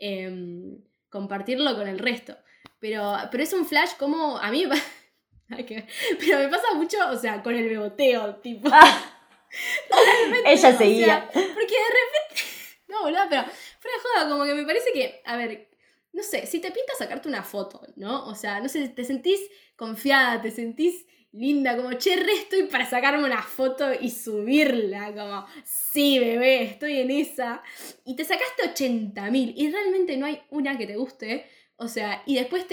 compartirlo con el resto. Pero es un flash como a mí pero me pasa mucho, o sea, con el beboteo, tipo. Ella seguía. Porque de repente. No, boludo, pero fuera de joda, como que me parece que, a ver, no sé, si te pinta sacarte una foto, ¿no? O sea, no sé, te sentís confiada, te sentís linda, como, che, estoy para sacarme una foto y subirla, como, sí, bebé, estoy en esa. Y te sacaste 80.000 y realmente no hay una que te guste, o sea, y después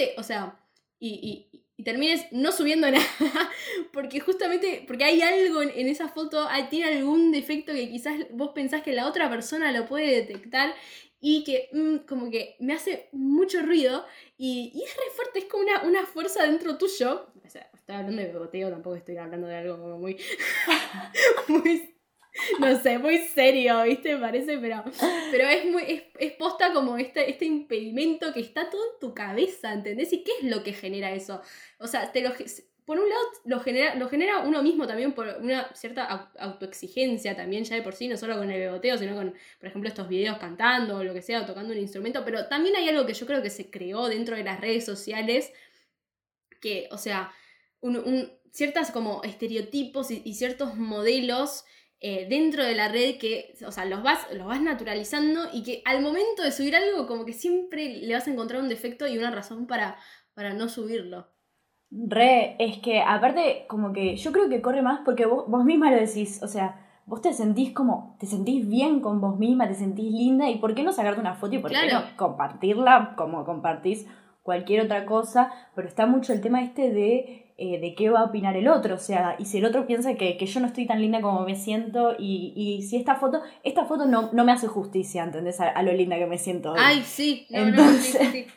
y termines no subiendo nada, porque justamente, porque hay algo en esa foto, tiene algún defecto que quizás vos pensás que la otra persona lo puede detectar y que como que me hace mucho ruido y es re fuerte, es como una fuerza dentro tuyo. O sea, estoy hablando de beboteo, tampoco estoy hablando de algo como muy, muy, no sé, muy serio, ¿viste? Me parece, pero es posta como este impedimento que está todo en tu cabeza, ¿entendés? ¿Y qué es lo que genera eso? O sea, te por un lado lo genera uno mismo también por una cierta autoexigencia también ya de por sí, no solo con el beboteo, sino con, por ejemplo, estos videos cantando o lo que sea, o tocando un instrumento, pero también hay algo que yo creo que se creó dentro de las redes sociales, que, o sea, ciertas como estereotipos y ciertos modelos dentro de la red que, o sea, los vas naturalizando y que al momento de subir algo como que siempre le vas a encontrar un defecto y una razón para no subirlo. Es que aparte como que yo creo que corre más porque vos misma lo decís, o sea, vos te sentís bien con vos misma, te sentís linda, y ¿por qué no sacarte una foto y por qué Claro. no compartirla como compartís cualquier otra cosa? Pero está mucho el tema de qué va a opinar el otro, o sea, y si el otro piensa que yo no estoy tan linda como me siento, y si esta foto no me hace justicia, ¿entendés? A lo linda que me siento hoy. Ay, sí, Entonces, sí.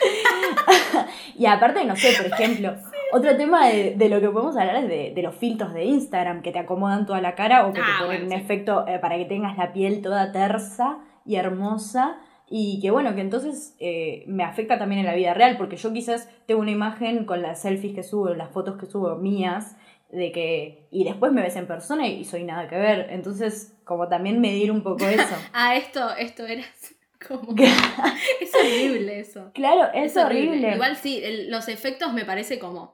y aparte, no sé, por ejemplo, otro tema de lo que podemos hablar es de los filtros de Instagram que te acomodan toda la cara o que te ponen un efecto para que tengas la piel toda tersa y hermosa, y que bueno, que entonces me afecta también en la vida real, porque yo quizás tengo una imagen con las selfies que subo, las fotos que subo mías, y después me ves en persona y soy nada que ver, entonces como también medir un poco eso. Esto era como... Es horrible eso. Claro, es horrible. Igual sí, los efectos me parece como...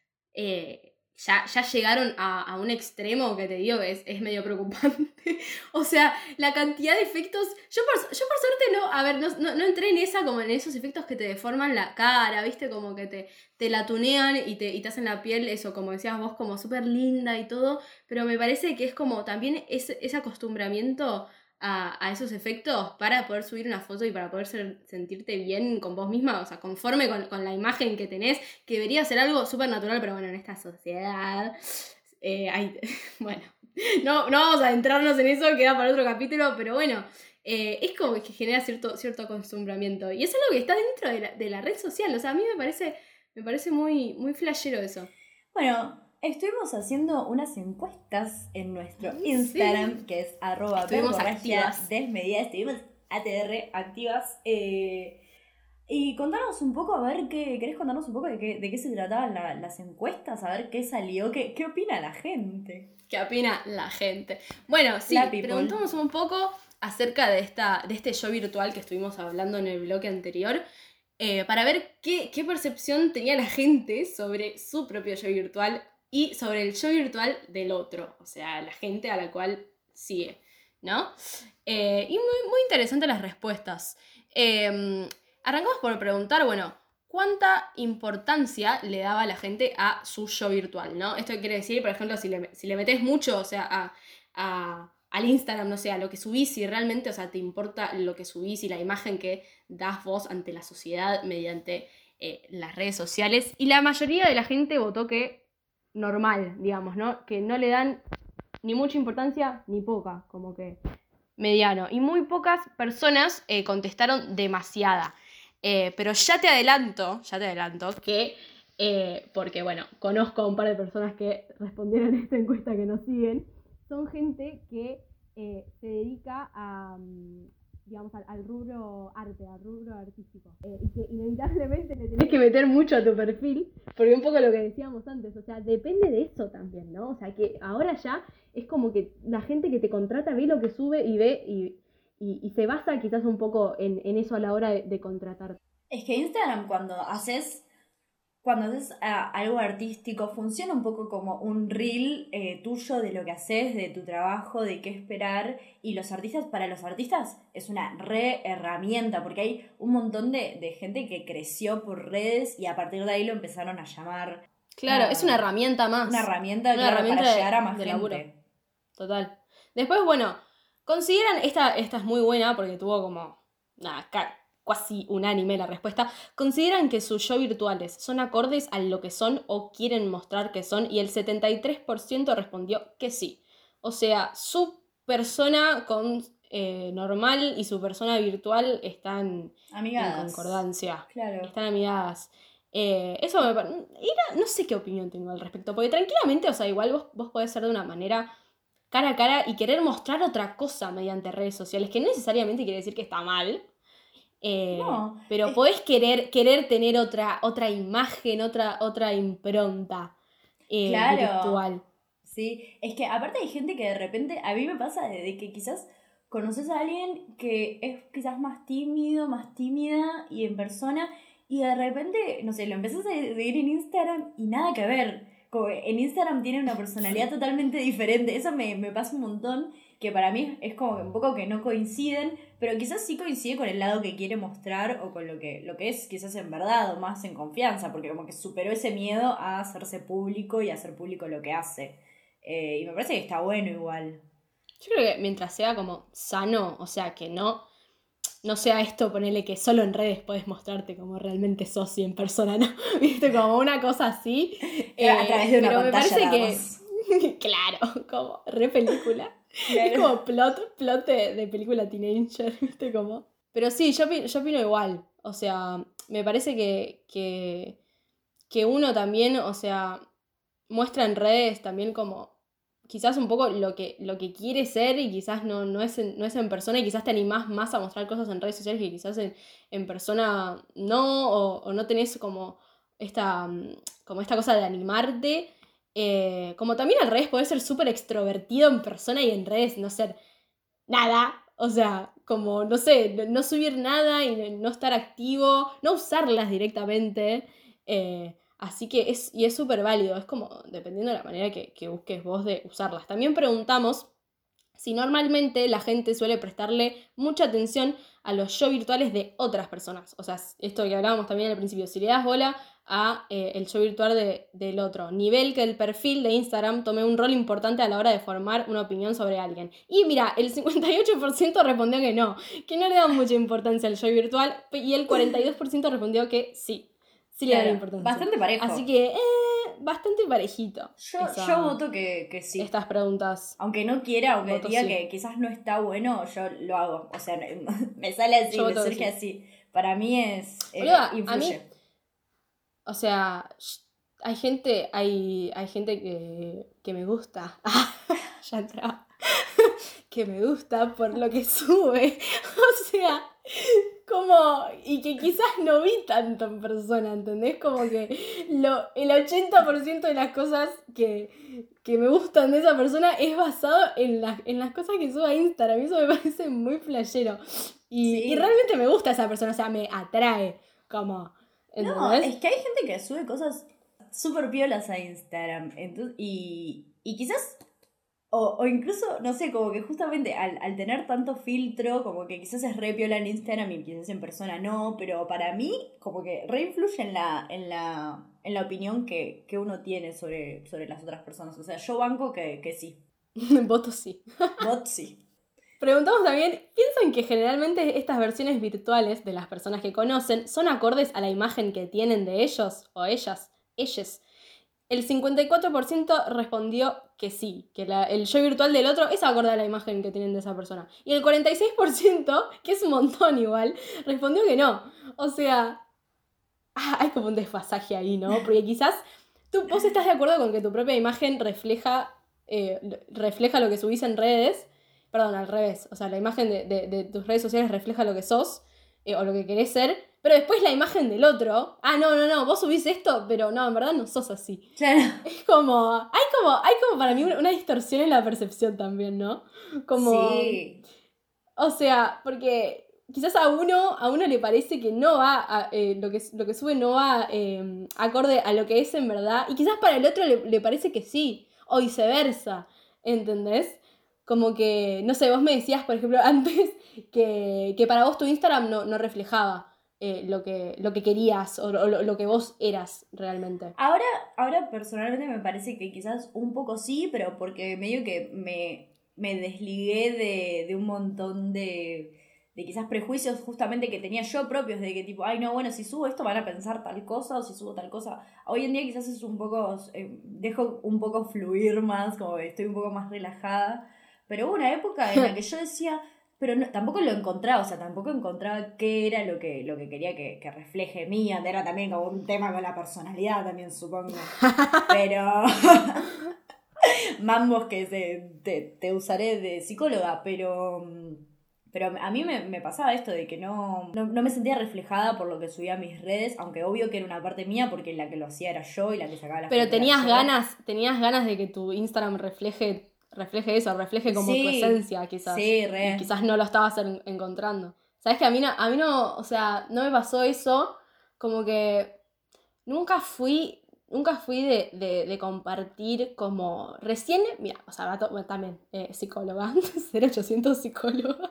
ya llegaron a un extremo que te digo que es medio preocupante. O sea, la cantidad de efectos... Yo por suerte no entré en como en esos efectos que te deforman la cara, ¿viste? Como que te la tunean y te hacen la piel, eso, como decías vos, como súper linda y todo. Pero me parece que es como también ese acostumbramiento a esos efectos para poder subir una foto y para poder sentirte bien con vos misma, o sea, conforme con la imagen que tenés, que debería ser algo súper natural, pero bueno, en esta sociedad bueno, no vamos a adentrarnos en eso, queda para otro capítulo, pero bueno, es como que genera cierto acostumbramiento, y es algo que está dentro de la red social, o sea, a mí me parece muy, muy flashero eso. Bueno, estuvimos haciendo unas encuestas en nuestro Instagram, que es @verborragia_desmedida. Estuvimos ATR activas. Y contanos un poco, a ver, ¿querés contarnos un poco de qué se trataban las encuestas? A ver qué salió, qué opina la gente. ¿Qué opina la gente? Bueno, sí, preguntamos un poco acerca de este show virtual que estuvimos hablando en el bloque anterior, para ver qué percepción tenía la gente sobre su propio show virtual y sobre el show virtual del otro, o sea, la gente a la cual sigue, ¿no? Y muy interesantes las respuestas. Arrancamos por preguntar, bueno, ¿cuánta importancia le daba la gente a su show virtual, ¿no? Esto quiere decir, por ejemplo, si le metes mucho, o sea, al Instagram, no sé, a lo que subís, si realmente, o sea, te importa lo que subís y la imagen que das vos ante la sociedad mediante las redes sociales. Y la mayoría de la gente votó que normal, digamos, ¿no? Que no le dan ni mucha importancia ni poca, como que mediano. Y muy pocas personas contestaron demasiada. Pero ya te adelanto que, porque bueno, conozco a un par de personas que respondieron a esta encuesta que nos siguen, son gente que se dedica a, digamos, al rubro arte, al rubro artístico. Y que inevitablemente le tenés que meter mucho a tu perfil, porque un poco lo que decíamos antes, o sea, depende de eso también, ¿no? O sea, que ahora ya es como que la gente que te contrata ve lo que sube y ve y se basa quizás un poco en eso a la hora de contratar. Es que Instagram cuando haces algo artístico funciona un poco como un reel tuyo de lo que haces, de tu trabajo, de qué esperar, y para los artistas es una herramienta, porque hay un montón de gente que creció por redes y a partir de ahí lo empezaron a llamar. Claro, es una herramienta más. Una herramienta para llegar a más gente. Laburo. Total. Después, bueno, consideran, esta es muy buena porque tuvo como, casi unánime la respuesta, consideran que sus shows virtuales son acordes a lo que son o quieren mostrar que son, y el 73% respondió que sí. O sea, su persona normal y su persona virtual están amigadas. En concordancia. Claro. Están amigadas. Eso me parece... No sé qué opinión tengo al respecto, porque tranquilamente, o sea, igual vos podés ser de una manera cara a cara y querer mostrar otra cosa mediante redes sociales, que no necesariamente quiere decir que está mal. No, pero podés querer tener otra imagen, otra impronta. Claro. virtual. Sí, es que aparte hay gente que de repente, a mí me pasa de que quizás conoces a alguien que es quizás más tímido, más tímida y en persona, y de repente, no sé, lo empezás a seguir en Instagram y nada que ver. Como que en Instagram tiene una personalidad totalmente diferente. Eso me pasa un montón, que para mí es como que un poco que no coinciden, pero quizás sí coincide con el lado que quiere mostrar o con lo que es quizás en verdad o más en confianza, porque como que superó ese miedo a hacerse público y a hacer público lo que hace. Y me parece que está bueno igual. Yo creo que mientras sea como sano, o sea, que no sea esto, ponele que solo en redes podés mostrarte como realmente sos y en persona, ¿no? ¿Viste? Como una cosa así. A través de una pero me pantalla parece nada que, más. claro, como re película. Claro. Es como plot de película teenager, ¿viste? Como. Pero sí, yo opino igual. O sea, me parece que uno también, o sea, muestra en redes también como quizás un poco lo que quiere ser y quizás no es en persona y quizás te animás más a mostrar cosas en redes sociales que quizás en persona no, o no tenés como esta cosa de animarte. Como también al revés, poder ser súper extrovertido en persona y en redes no ser nada. O sea, como, no sé, no subir nada y no estar activo, no usarlas directamente. Así que es súper válido, es como dependiendo de la manera que busques vos de usarlas. También preguntamos si normalmente la gente suele prestarle mucha atención a los yo virtuales de otras personas. O sea, esto que hablábamos también al principio, si le das bola a el yo virtual del otro. Nivel que el perfil de Instagram tome un rol importante a la hora de formar una opinión sobre alguien. Y mira, el 58% respondió que no le dan mucha importancia al yo virtual, y el 42% respondió que sí le dan Claro, importancia. bastante parejo. Así que, bastante parejito. Yo voto que sí. Estas preguntas. Aunque no quiera, aunque Voto diga sí. que quizás no está bueno, yo lo hago. O sea, me sale así, Yo me voto que surge sí. así. Para mí Boluda, influye. a mí, o sea, hay gente que me gusta. Ya entraba. Que me gusta por lo que sube. O sea, como, y que quizás no vi tanto en persona, ¿entendés? Como que el 80% de las cosas que me gustan de esa persona es basado en las cosas que sube a Instagram. Eso me parece muy flashero. Y Sí. realmente me gusta esa persona, o sea, me atrae. Como, ¿entendés? No, es que hay gente que sube cosas súper piolas a Instagram. Y quizás, o incluso, no sé, como que justamente al tener tanto filtro, como que quizás es re piola en Instagram y quizás en persona no, pero para mí, como que re influye en la opinión que uno tiene sobre las otras personas. O sea, yo banco que sí. Voto sí. Bot sí. Preguntamos también, ¿piensan que generalmente estas versiones virtuales de las personas que conocen son acordes a la imagen que tienen de ellos o ellas? Ellas. El 54% respondió que sí, que el yo virtual del otro es acorde a la imagen que tienen de esa persona. Y el 46%, que es un montón igual, respondió que no. O sea, hay como un desfasaje ahí, ¿no? Porque quizás vos estás de acuerdo con que tu propia imagen refleja lo que subís en redes. Perdón, al revés. O sea, la imagen de tus redes sociales refleja lo que sos o lo que querés ser. Pero después la imagen del otro. No, vos subís esto, pero no, en verdad no sos así. Claro. Es como. Hay como para mí una distorsión en la percepción también, ¿no? Como. Sí. O sea, porque quizás a uno le parece que no va lo que sube no va acorde a lo que es en verdad. Y quizás para el otro le parece que sí. O viceversa. ¿Entendés? Como que, no sé, vos me decías, por ejemplo, antes que para vos tu Instagram no reflejaba lo que querías o lo que vos eras realmente. Ahora personalmente me parece que quizás un poco sí, pero porque medio que me desligué de un montón de quizás prejuicios justamente que tenía yo propios, de que tipo, ay no, bueno, si subo esto van a pensar tal cosa, o si subo tal cosa. Hoy en día quizás es un poco, dejo un poco fluir más, como que estoy un poco más relajada, pero hubo una época en la que yo decía, pero no, tampoco lo encontraba, o sea, tampoco encontraba qué era lo que quería que refleje mí. Era también como un tema con la personalidad también, supongo. Pero mambos que te usaré de psicóloga, pero Pero a mí me pasaba esto de que no me sentía reflejada por lo que subía a mis redes, aunque obvio que era una parte mía porque la que lo hacía era yo y la que sacaba las Pero fotos era tenías ganas de que tu Instagram refleje eso, refleje como tu Sí, esencia, quizás. sí, re. Y quizás no lo estabas encontrando. ¿Sabes que a mí no, o sea, no me pasó eso, como que nunca fui de compartir como recién, mira, o sea, también psicóloga, 0800 psicóloga.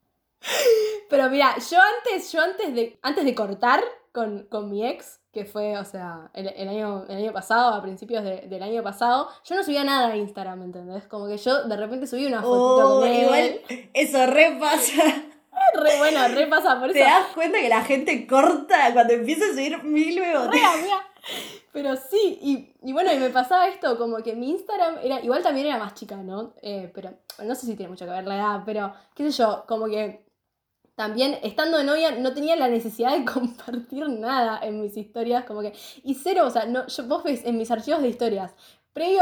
Pero mira, antes de cortar con mi ex, que fue, o sea, el año pasado, a principios del año pasado, yo no subía nada a Instagram, ¿entendés? Como que yo de repente subí una fotito con él. Igual, eso re pasa. Re pasa por eso. ¿Te das cuenta que la gente corta cuando empieza a subir 1000 nuevos? Amiga. Pero sí, y bueno, y me pasaba esto, como que mi Instagram era, igual también era más chica, ¿no? Pero no sé si tiene mucho que ver la edad, pero qué sé yo, como que también estando de novia no tenía la necesidad de compartir nada en mis historias, como que, y cero, o sea, no, vos ves en mis archivos de historias, previo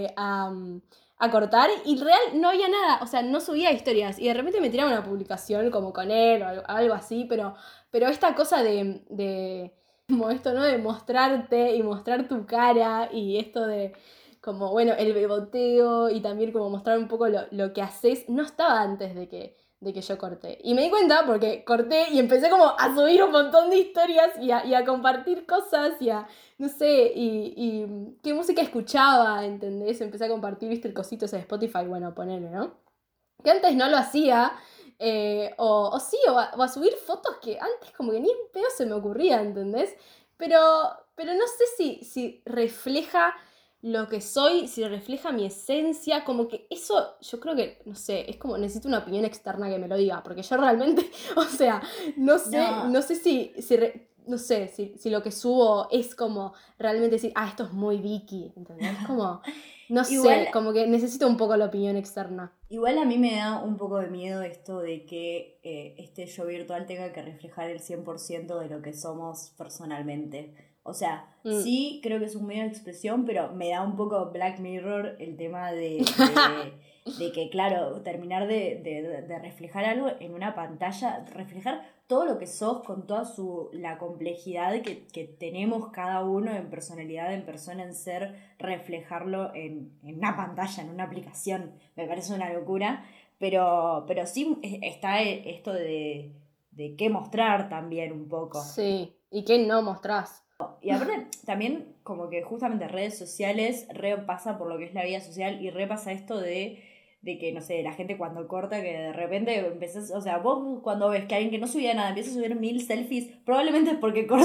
a cortar, y real no había nada, o sea, no subía historias, y de repente me tiraba una publicación como con él o algo así, pero esta cosa de como esto, ¿no? De mostrarte y mostrar tu cara y esto de como, bueno, el beboteo y también como mostrar un poco lo que haces, no estaba antes de que yo corté. Y me di cuenta porque corté y empecé como a subir un montón de historias y a compartir cosas y a, no sé, y qué música escuchaba, ¿entendés? Empecé a compartir, viste, el cosito ese de Spotify, bueno, ponele, ¿no? Que antes no lo hacía, o sí, o a subir fotos que antes como que ni en pedo se me ocurría, ¿entendés? Pero no sé si refleja lo que soy, si refleja mi esencia, como que eso, yo creo que, no sé, es como necesito una opinión externa que me lo diga, porque yo realmente, o sea, no sé no sé si lo que subo es como realmente decir, esto es muy Vicky, ¿entendés? Como, no Igual, sé, como que necesito un poco la opinión externa. igual a mí me da un poco de miedo esto de que este yo virtual tenga que reflejar el 100% de lo que somos personalmente. O sea, sí creo que es un medio de expresión, pero me da un poco Black Mirror el tema de que, claro, terminar de reflejar algo en una pantalla, reflejar todo lo que sos con toda la complejidad que tenemos cada uno en personalidad, en persona, en ser, reflejarlo en una pantalla, en una aplicación. Me parece una locura, pero sí está esto de qué mostrar también un poco. Sí, ¿y qué no mostrás? Y aparte, también como que justamente redes sociales repasa por lo que es la vida social y repasa esto de que, no sé, la gente cuando corta, que de repente empezás, o sea, vos cuando ves que alguien que no subía nada empieza a subir 1000 selfies, probablemente es porque cortó.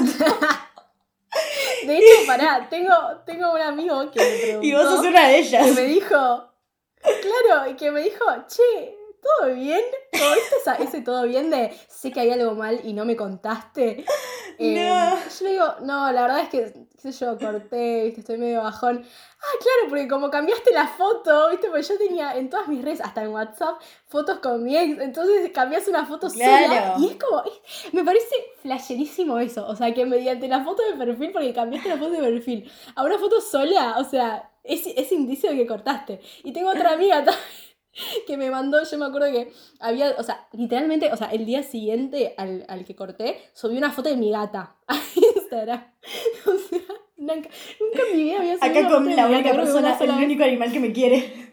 De hecho, pará, tengo un amigo que me preguntó. Y vos sos una de ellas. Que me dijo, claro, y que me dijo, che, ¿todo bien? ¿O viste ese todo bien de sé que hay algo mal y no me contaste? No. Yo le digo, no, la verdad es que, qué sé yo, corté, viste, estoy medio bajón. Claro, porque como cambiaste la foto, viste, porque yo tenía en todas mis redes, hasta en WhatsApp, fotos con mi ex, entonces cambias una foto sola y es como, me parece flasherísimo eso, o sea, que mediante la foto de perfil, porque cambiaste la foto de perfil, a una foto sola, o sea, es indicio de que cortaste. Y tengo otra amiga también que me mandó, yo me acuerdo que había, o sea, literalmente, o sea, el día siguiente al que corté, subí una foto de mi gata a Instagram. O sea, nunca en mi vida había subido Acá una foto con de la mi única gata, persona, el único animal que me quiere.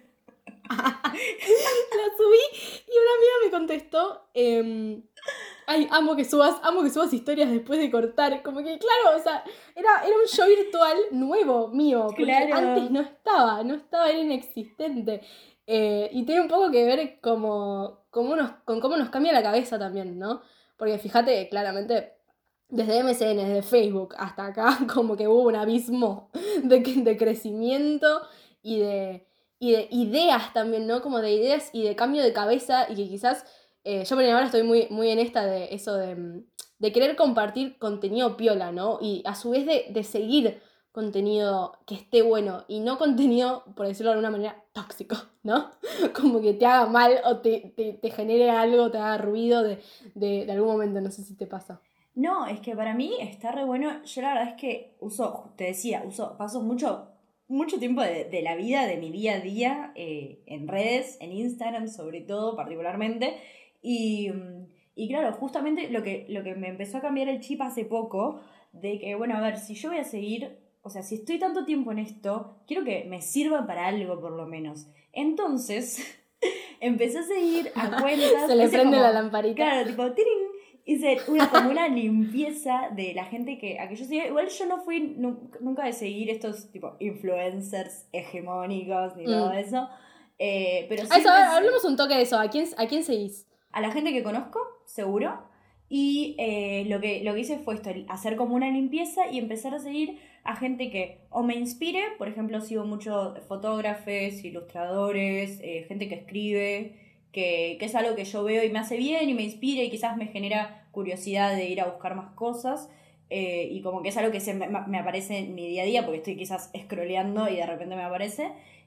La subí y una amiga me contestó, amo que subas historias después de cortar. Como que, claro, o sea, era un show virtual nuevo mío, porque Claro. antes no estaba, era inexistente. Y tiene un poco que ver con cómo nos cambia la cabeza también, ¿no? Porque fíjate, claramente, desde MSN, desde Facebook hasta acá, como que hubo un abismo de crecimiento y de ideas también, ¿no? Como de ideas y de cambio de cabeza y que quizás, yo por ahora estoy muy, muy en esta de eso de querer compartir contenido piola, ¿no? Y a su vez de seguir contenido que esté bueno y no contenido, por decirlo de alguna manera, tóxico, ¿no? Como que te haga mal o te genere algo, te haga ruido de algún momento, no sé si te pasa. No, es que para mí está re bueno. Yo la verdad es que paso mucho tiempo de la vida, de mi día a día, en redes, en Instagram sobre todo, particularmente. Y claro, justamente lo que me empezó a cambiar el chip hace poco, de que, bueno, a ver, si yo voy a seguir, o sea, si estoy tanto tiempo en esto, quiero que me sirva para algo por lo menos. Entonces, empecé a seguir a cuentas. Se le hice prende como- la lamparita. Claro, tipo, ¡tirín! Hice como una limpieza de la gente a que yo seguía. Igual yo no fui nunca de seguir estos tipo influencers hegemónicos ni todo eso. Pero sí Eso, a ver, empecé- hablemos un toque de eso. ¿A quién seguís? a la gente que conozco, seguro. Y lo que hice fue esto, hacer como una limpieza y empezar a seguir a gente que o me inspire, por ejemplo, sigo muchos fotógrafos, ilustradores, gente que escribe, que es algo que yo veo y me hace bien y me inspira y quizás me genera curiosidad de ir a buscar más cosas. Y como que es algo que me aparece en mi día a día porque estoy quizás scrolleando y de repente me aparece.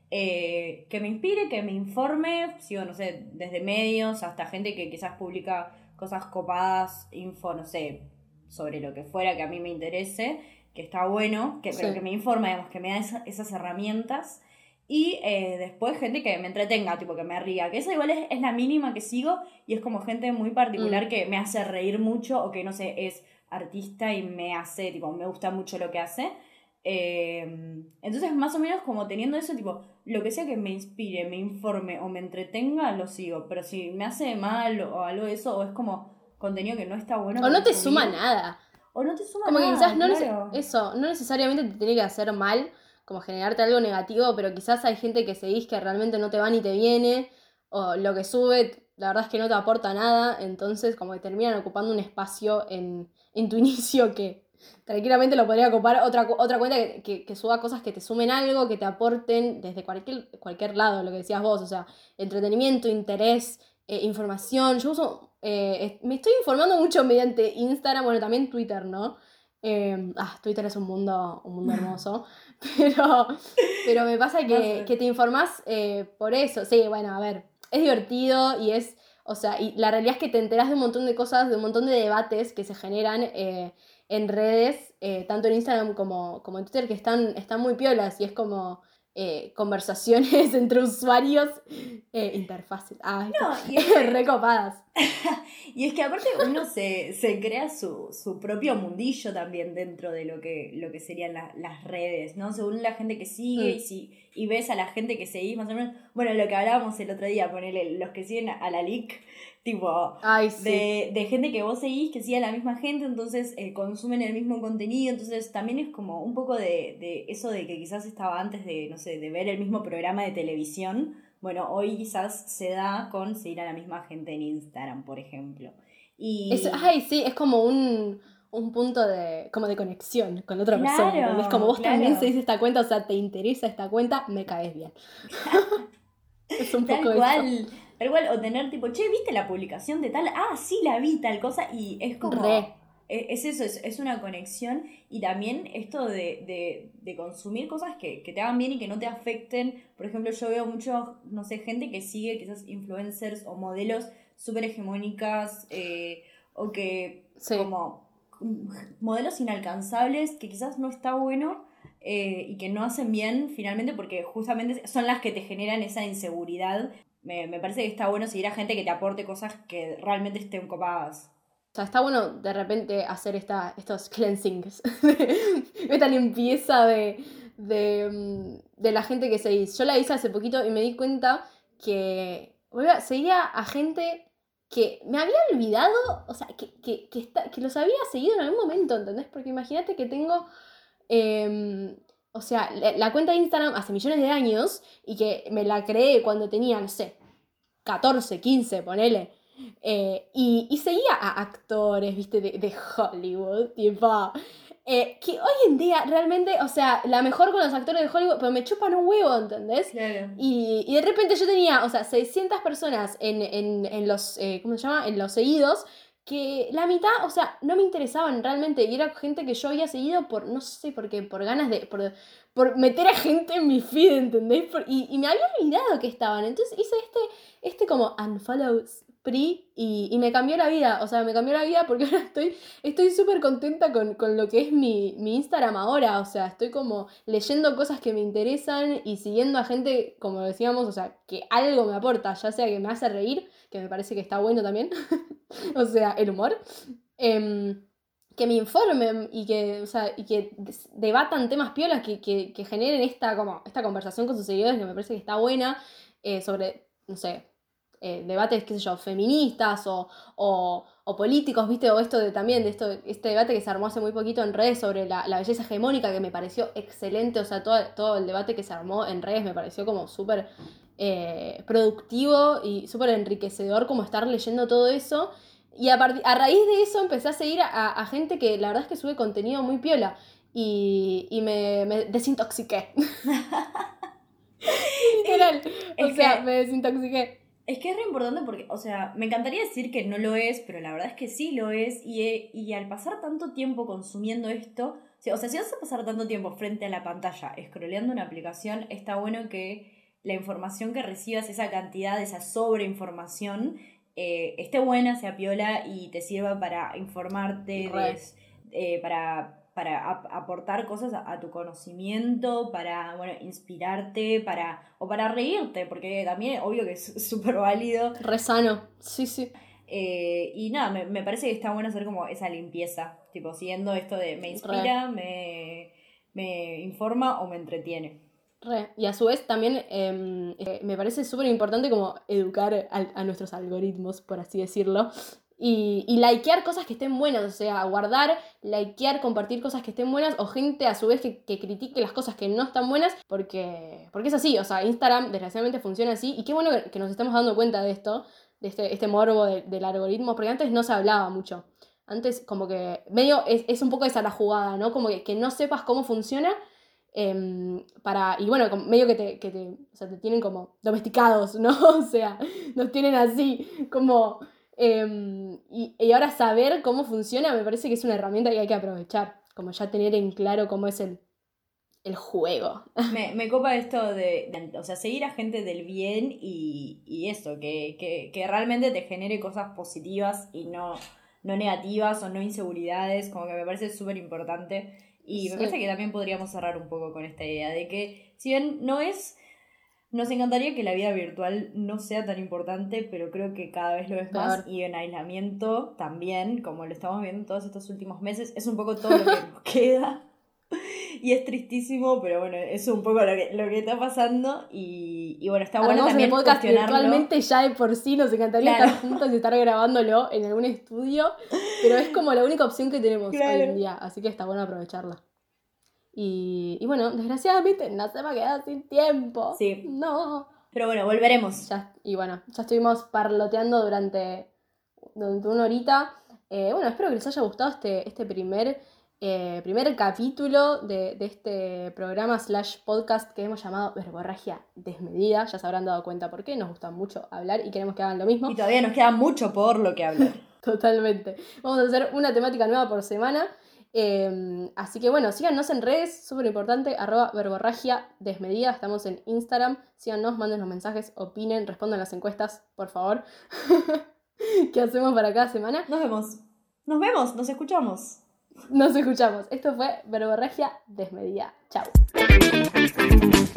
Que me inspire, que me informe, sigo, no sé, desde medios hasta gente que quizás publica cosas copadas, info, no sé, sobre lo que fuera que a mí me interese, que está bueno, pero Sí. que me informa, digamos, que me da esas herramientas. Y después gente que me entretenga, tipo que me ría, que esa igual es la mínima que sigo y es como gente muy particular que me hace reír mucho o que, no sé, es artista y me hace, tipo, me gusta mucho lo que hace. Entonces, más o menos como teniendo eso, tipo, lo que sea que me inspire, me informe o me entretenga, lo sigo. Pero si me hace mal o algo de eso, o es como contenido que no está bueno. O no te consumir, suma nada. O no te suma Como que nada, quizás claro. no necesariamente te tiene que hacer mal, como generarte algo negativo, pero quizás hay gente que seguís que realmente no te va ni te viene, o lo que sube, la verdad es que no te aporta nada, entonces como que terminan ocupando un espacio en tu inicio que tranquilamente lo podría ocupar otra cuenta que suba cosas que te sumen algo, que te aporten desde cualquier lado, lo que decías vos, o sea, entretenimiento, interés, información. Yo uso, me estoy informando mucho mediante Instagram, bueno, también Twitter, ¿no? Twitter es un mundo hermoso, pero me pasa No sé. que te informás por eso. Sí, bueno, a ver, es divertido y o sea, y la realidad es que te enterás de un montón de cosas, de un montón de debates que se generan en redes, tanto en Instagram como en Twitter, que están muy piolas y es como conversaciones entre usuarios, interfaces, No, y es que, recopadas. y es que aparte uno se crea su propio mundillo también dentro de lo que serían las redes, ¿no? Según la gente que sigue y ves a la gente que seguís, más o menos. Bueno, lo que hablábamos el otro día, ponele los que siguen a la LIC, tipo, Ay, sí. de gente que vos seguís, que sigue a la misma gente, entonces consumen el mismo contenido, entonces también es como un poco de eso de que quizás estaba antes de, no sé, de ver el mismo programa de televisión. Bueno, hoy quizás se da con seguir a la misma gente en Instagram, por ejemplo. Y Sí, es como un punto como de conexión con otra persona, claro, ¿entendés? Como vos también claro, seguís esta cuenta, o sea, te interesa esta cuenta, me caes bien. Es un poco tal eso. cual, o tener tipo, che, ¿viste la publicación de tal? Ah, sí, la vi, tal cosa, y es como, Re. es eso, es una conexión, y también esto de consumir cosas que te hagan bien y que no te afecten. Por ejemplo, yo veo mucho, no sé, gente que sigue quizás influencers o modelos súper hegemónicas, o que Sí. como modelos inalcanzables, que quizás no está bueno. Y que no hacen bien finalmente porque justamente son las que te generan esa inseguridad. Me parece que está bueno seguir a gente que te aporte cosas que realmente estén copadas. O sea, está bueno de repente hacer estos cleansings, esta limpieza de la gente que seguís. Yo la hice hace poquito y me di cuenta que seguía a gente que me había olvidado, o sea, que los había seguido en algún momento, ¿entendés? Porque imagínate que tengo, o sea, la cuenta de Instagram hace millones de años y que me la creé cuando tenía, no sé, 14, 15, ponele. Y seguía a actores, viste, de Hollywood, tipo. Que hoy en día realmente, o sea, la mejor con los actores de Hollywood, pero me chupan un huevo, ¿entendés? Claro. Y de repente yo tenía, o sea, 600 personas en los, ¿cómo se llama? En los seguidos, que la mitad, o sea, no me interesaban realmente. Y era gente que yo había seguido por, no sé por qué, por ganas por meter a gente en mi feed, ¿entendés? Y me había olvidado que estaban. Entonces hice este como unfollow PRI y me cambió la vida. O sea, me cambió la vida porque ahora estoy súper contenta con lo que es mi Instagram ahora. O sea, estoy como leyendo cosas que me interesan y siguiendo a gente, como decíamos, o sea, que algo me aporta, ya sea que me hace reír, que me parece que está bueno también, o sea, el humor, que me informen y que, o sea, y que debatan temas piolas que generen esta conversación con sus seguidores, que me parece que está buena, sobre, no sé, debates, qué sé yo, feministas o políticos, ¿viste? O esto de también, este debate que se armó hace muy poquito en redes sobre la belleza hegemónica, que me pareció excelente, o sea, todo el debate que se armó en redes me pareció como súper productivo y súper enriquecedor como estar leyendo todo eso. Y a raíz de eso empecé a seguir a gente que la verdad es que sube contenido muy piola y me desintoxiqué. Literal, o sea, me desintoxiqué. Es que es re importante porque, o sea, me encantaría decir que no lo es, pero la verdad es que sí lo es. Y al pasar tanto tiempo consumiendo esto, o sea, si vas a pasar tanto tiempo frente a la pantalla, scrolleando una aplicación, está bueno que la información que recibas, esa cantidad, esa sobreinformación, esté buena, sea piola y te sirva para informarte, para aportar cosas a tu conocimiento, para, bueno, inspirarte, o para reírte, porque también obvio que es súper válido. Re sano, sí. Y nada, me parece que está bueno hacer como esa limpieza, tipo, siguiendo esto de me inspira, me informa o me entretiene. Y a su vez también me parece súper importante como educar a nuestros algoritmos, por así decirlo, y likear cosas que estén buenas, o sea, guardar, likear, compartir cosas que estén buenas, o gente a su vez que critique las cosas que no están buenas, porque es así, o sea, Instagram desgraciadamente funciona así, y qué bueno que nos estemos dando cuenta de esto, de este morbo del algoritmo, porque antes no se hablaba mucho. Antes como que medio es un poco esa la jugada, ¿no? Como que no sepas cómo funciona. Y bueno, medio que o sea, te tienen como domesticados, ¿no? O sea, nos tienen así, como... y ahora saber cómo funciona me parece que es una herramienta que hay que aprovechar, como ya tener en claro cómo es el juego. Me copa esto o sea, seguir a gente del bien y eso, que realmente te genere cosas positivas y no negativas o no inseguridades, como que me parece súper importante. Y me parece que también podríamos cerrar un poco con esta idea de que, si bien nos encantaría que la vida virtual no sea tan importante, pero creo que cada vez lo es más, y en aislamiento también, como lo estamos viendo todos estos últimos meses, es un poco todo lo que nos queda. Y es tristísimo, pero bueno, eso es un poco lo que está pasando. Y bueno, está bueno también el podcast cuestionarlo. Virtualmente ya de por sí nos encantaría estar juntos y estar grabándolo en algún estudio, pero es como la única opción que tenemos hoy en día, así que está bueno aprovecharla. Y bueno, desgraciadamente no se me ha quedado sin tiempo. Sí. No. Pero bueno, volveremos. Ya estuvimos parloteando durante una horita. Bueno, espero que les haya gustado este primer capítulo de este programa / podcast que hemos llamado Verborragia Desmedida. Ya se habrán dado cuenta por qué nos gusta mucho hablar y queremos que hagan lo mismo. Y todavía nos queda mucho por lo que hablar. Totalmente. Vamos a hacer una temática nueva por semana. Así que bueno, síganos en redes, súper importante, @verborragia desmedida. Estamos en Instagram. Síganos, manden los mensajes, opinen, respondan las encuestas, por favor. ¿Qué hacemos para cada semana? Nos vemos, nos escuchamos. Nos escuchamos. Esto fue Verborragia Desmedida. Chau.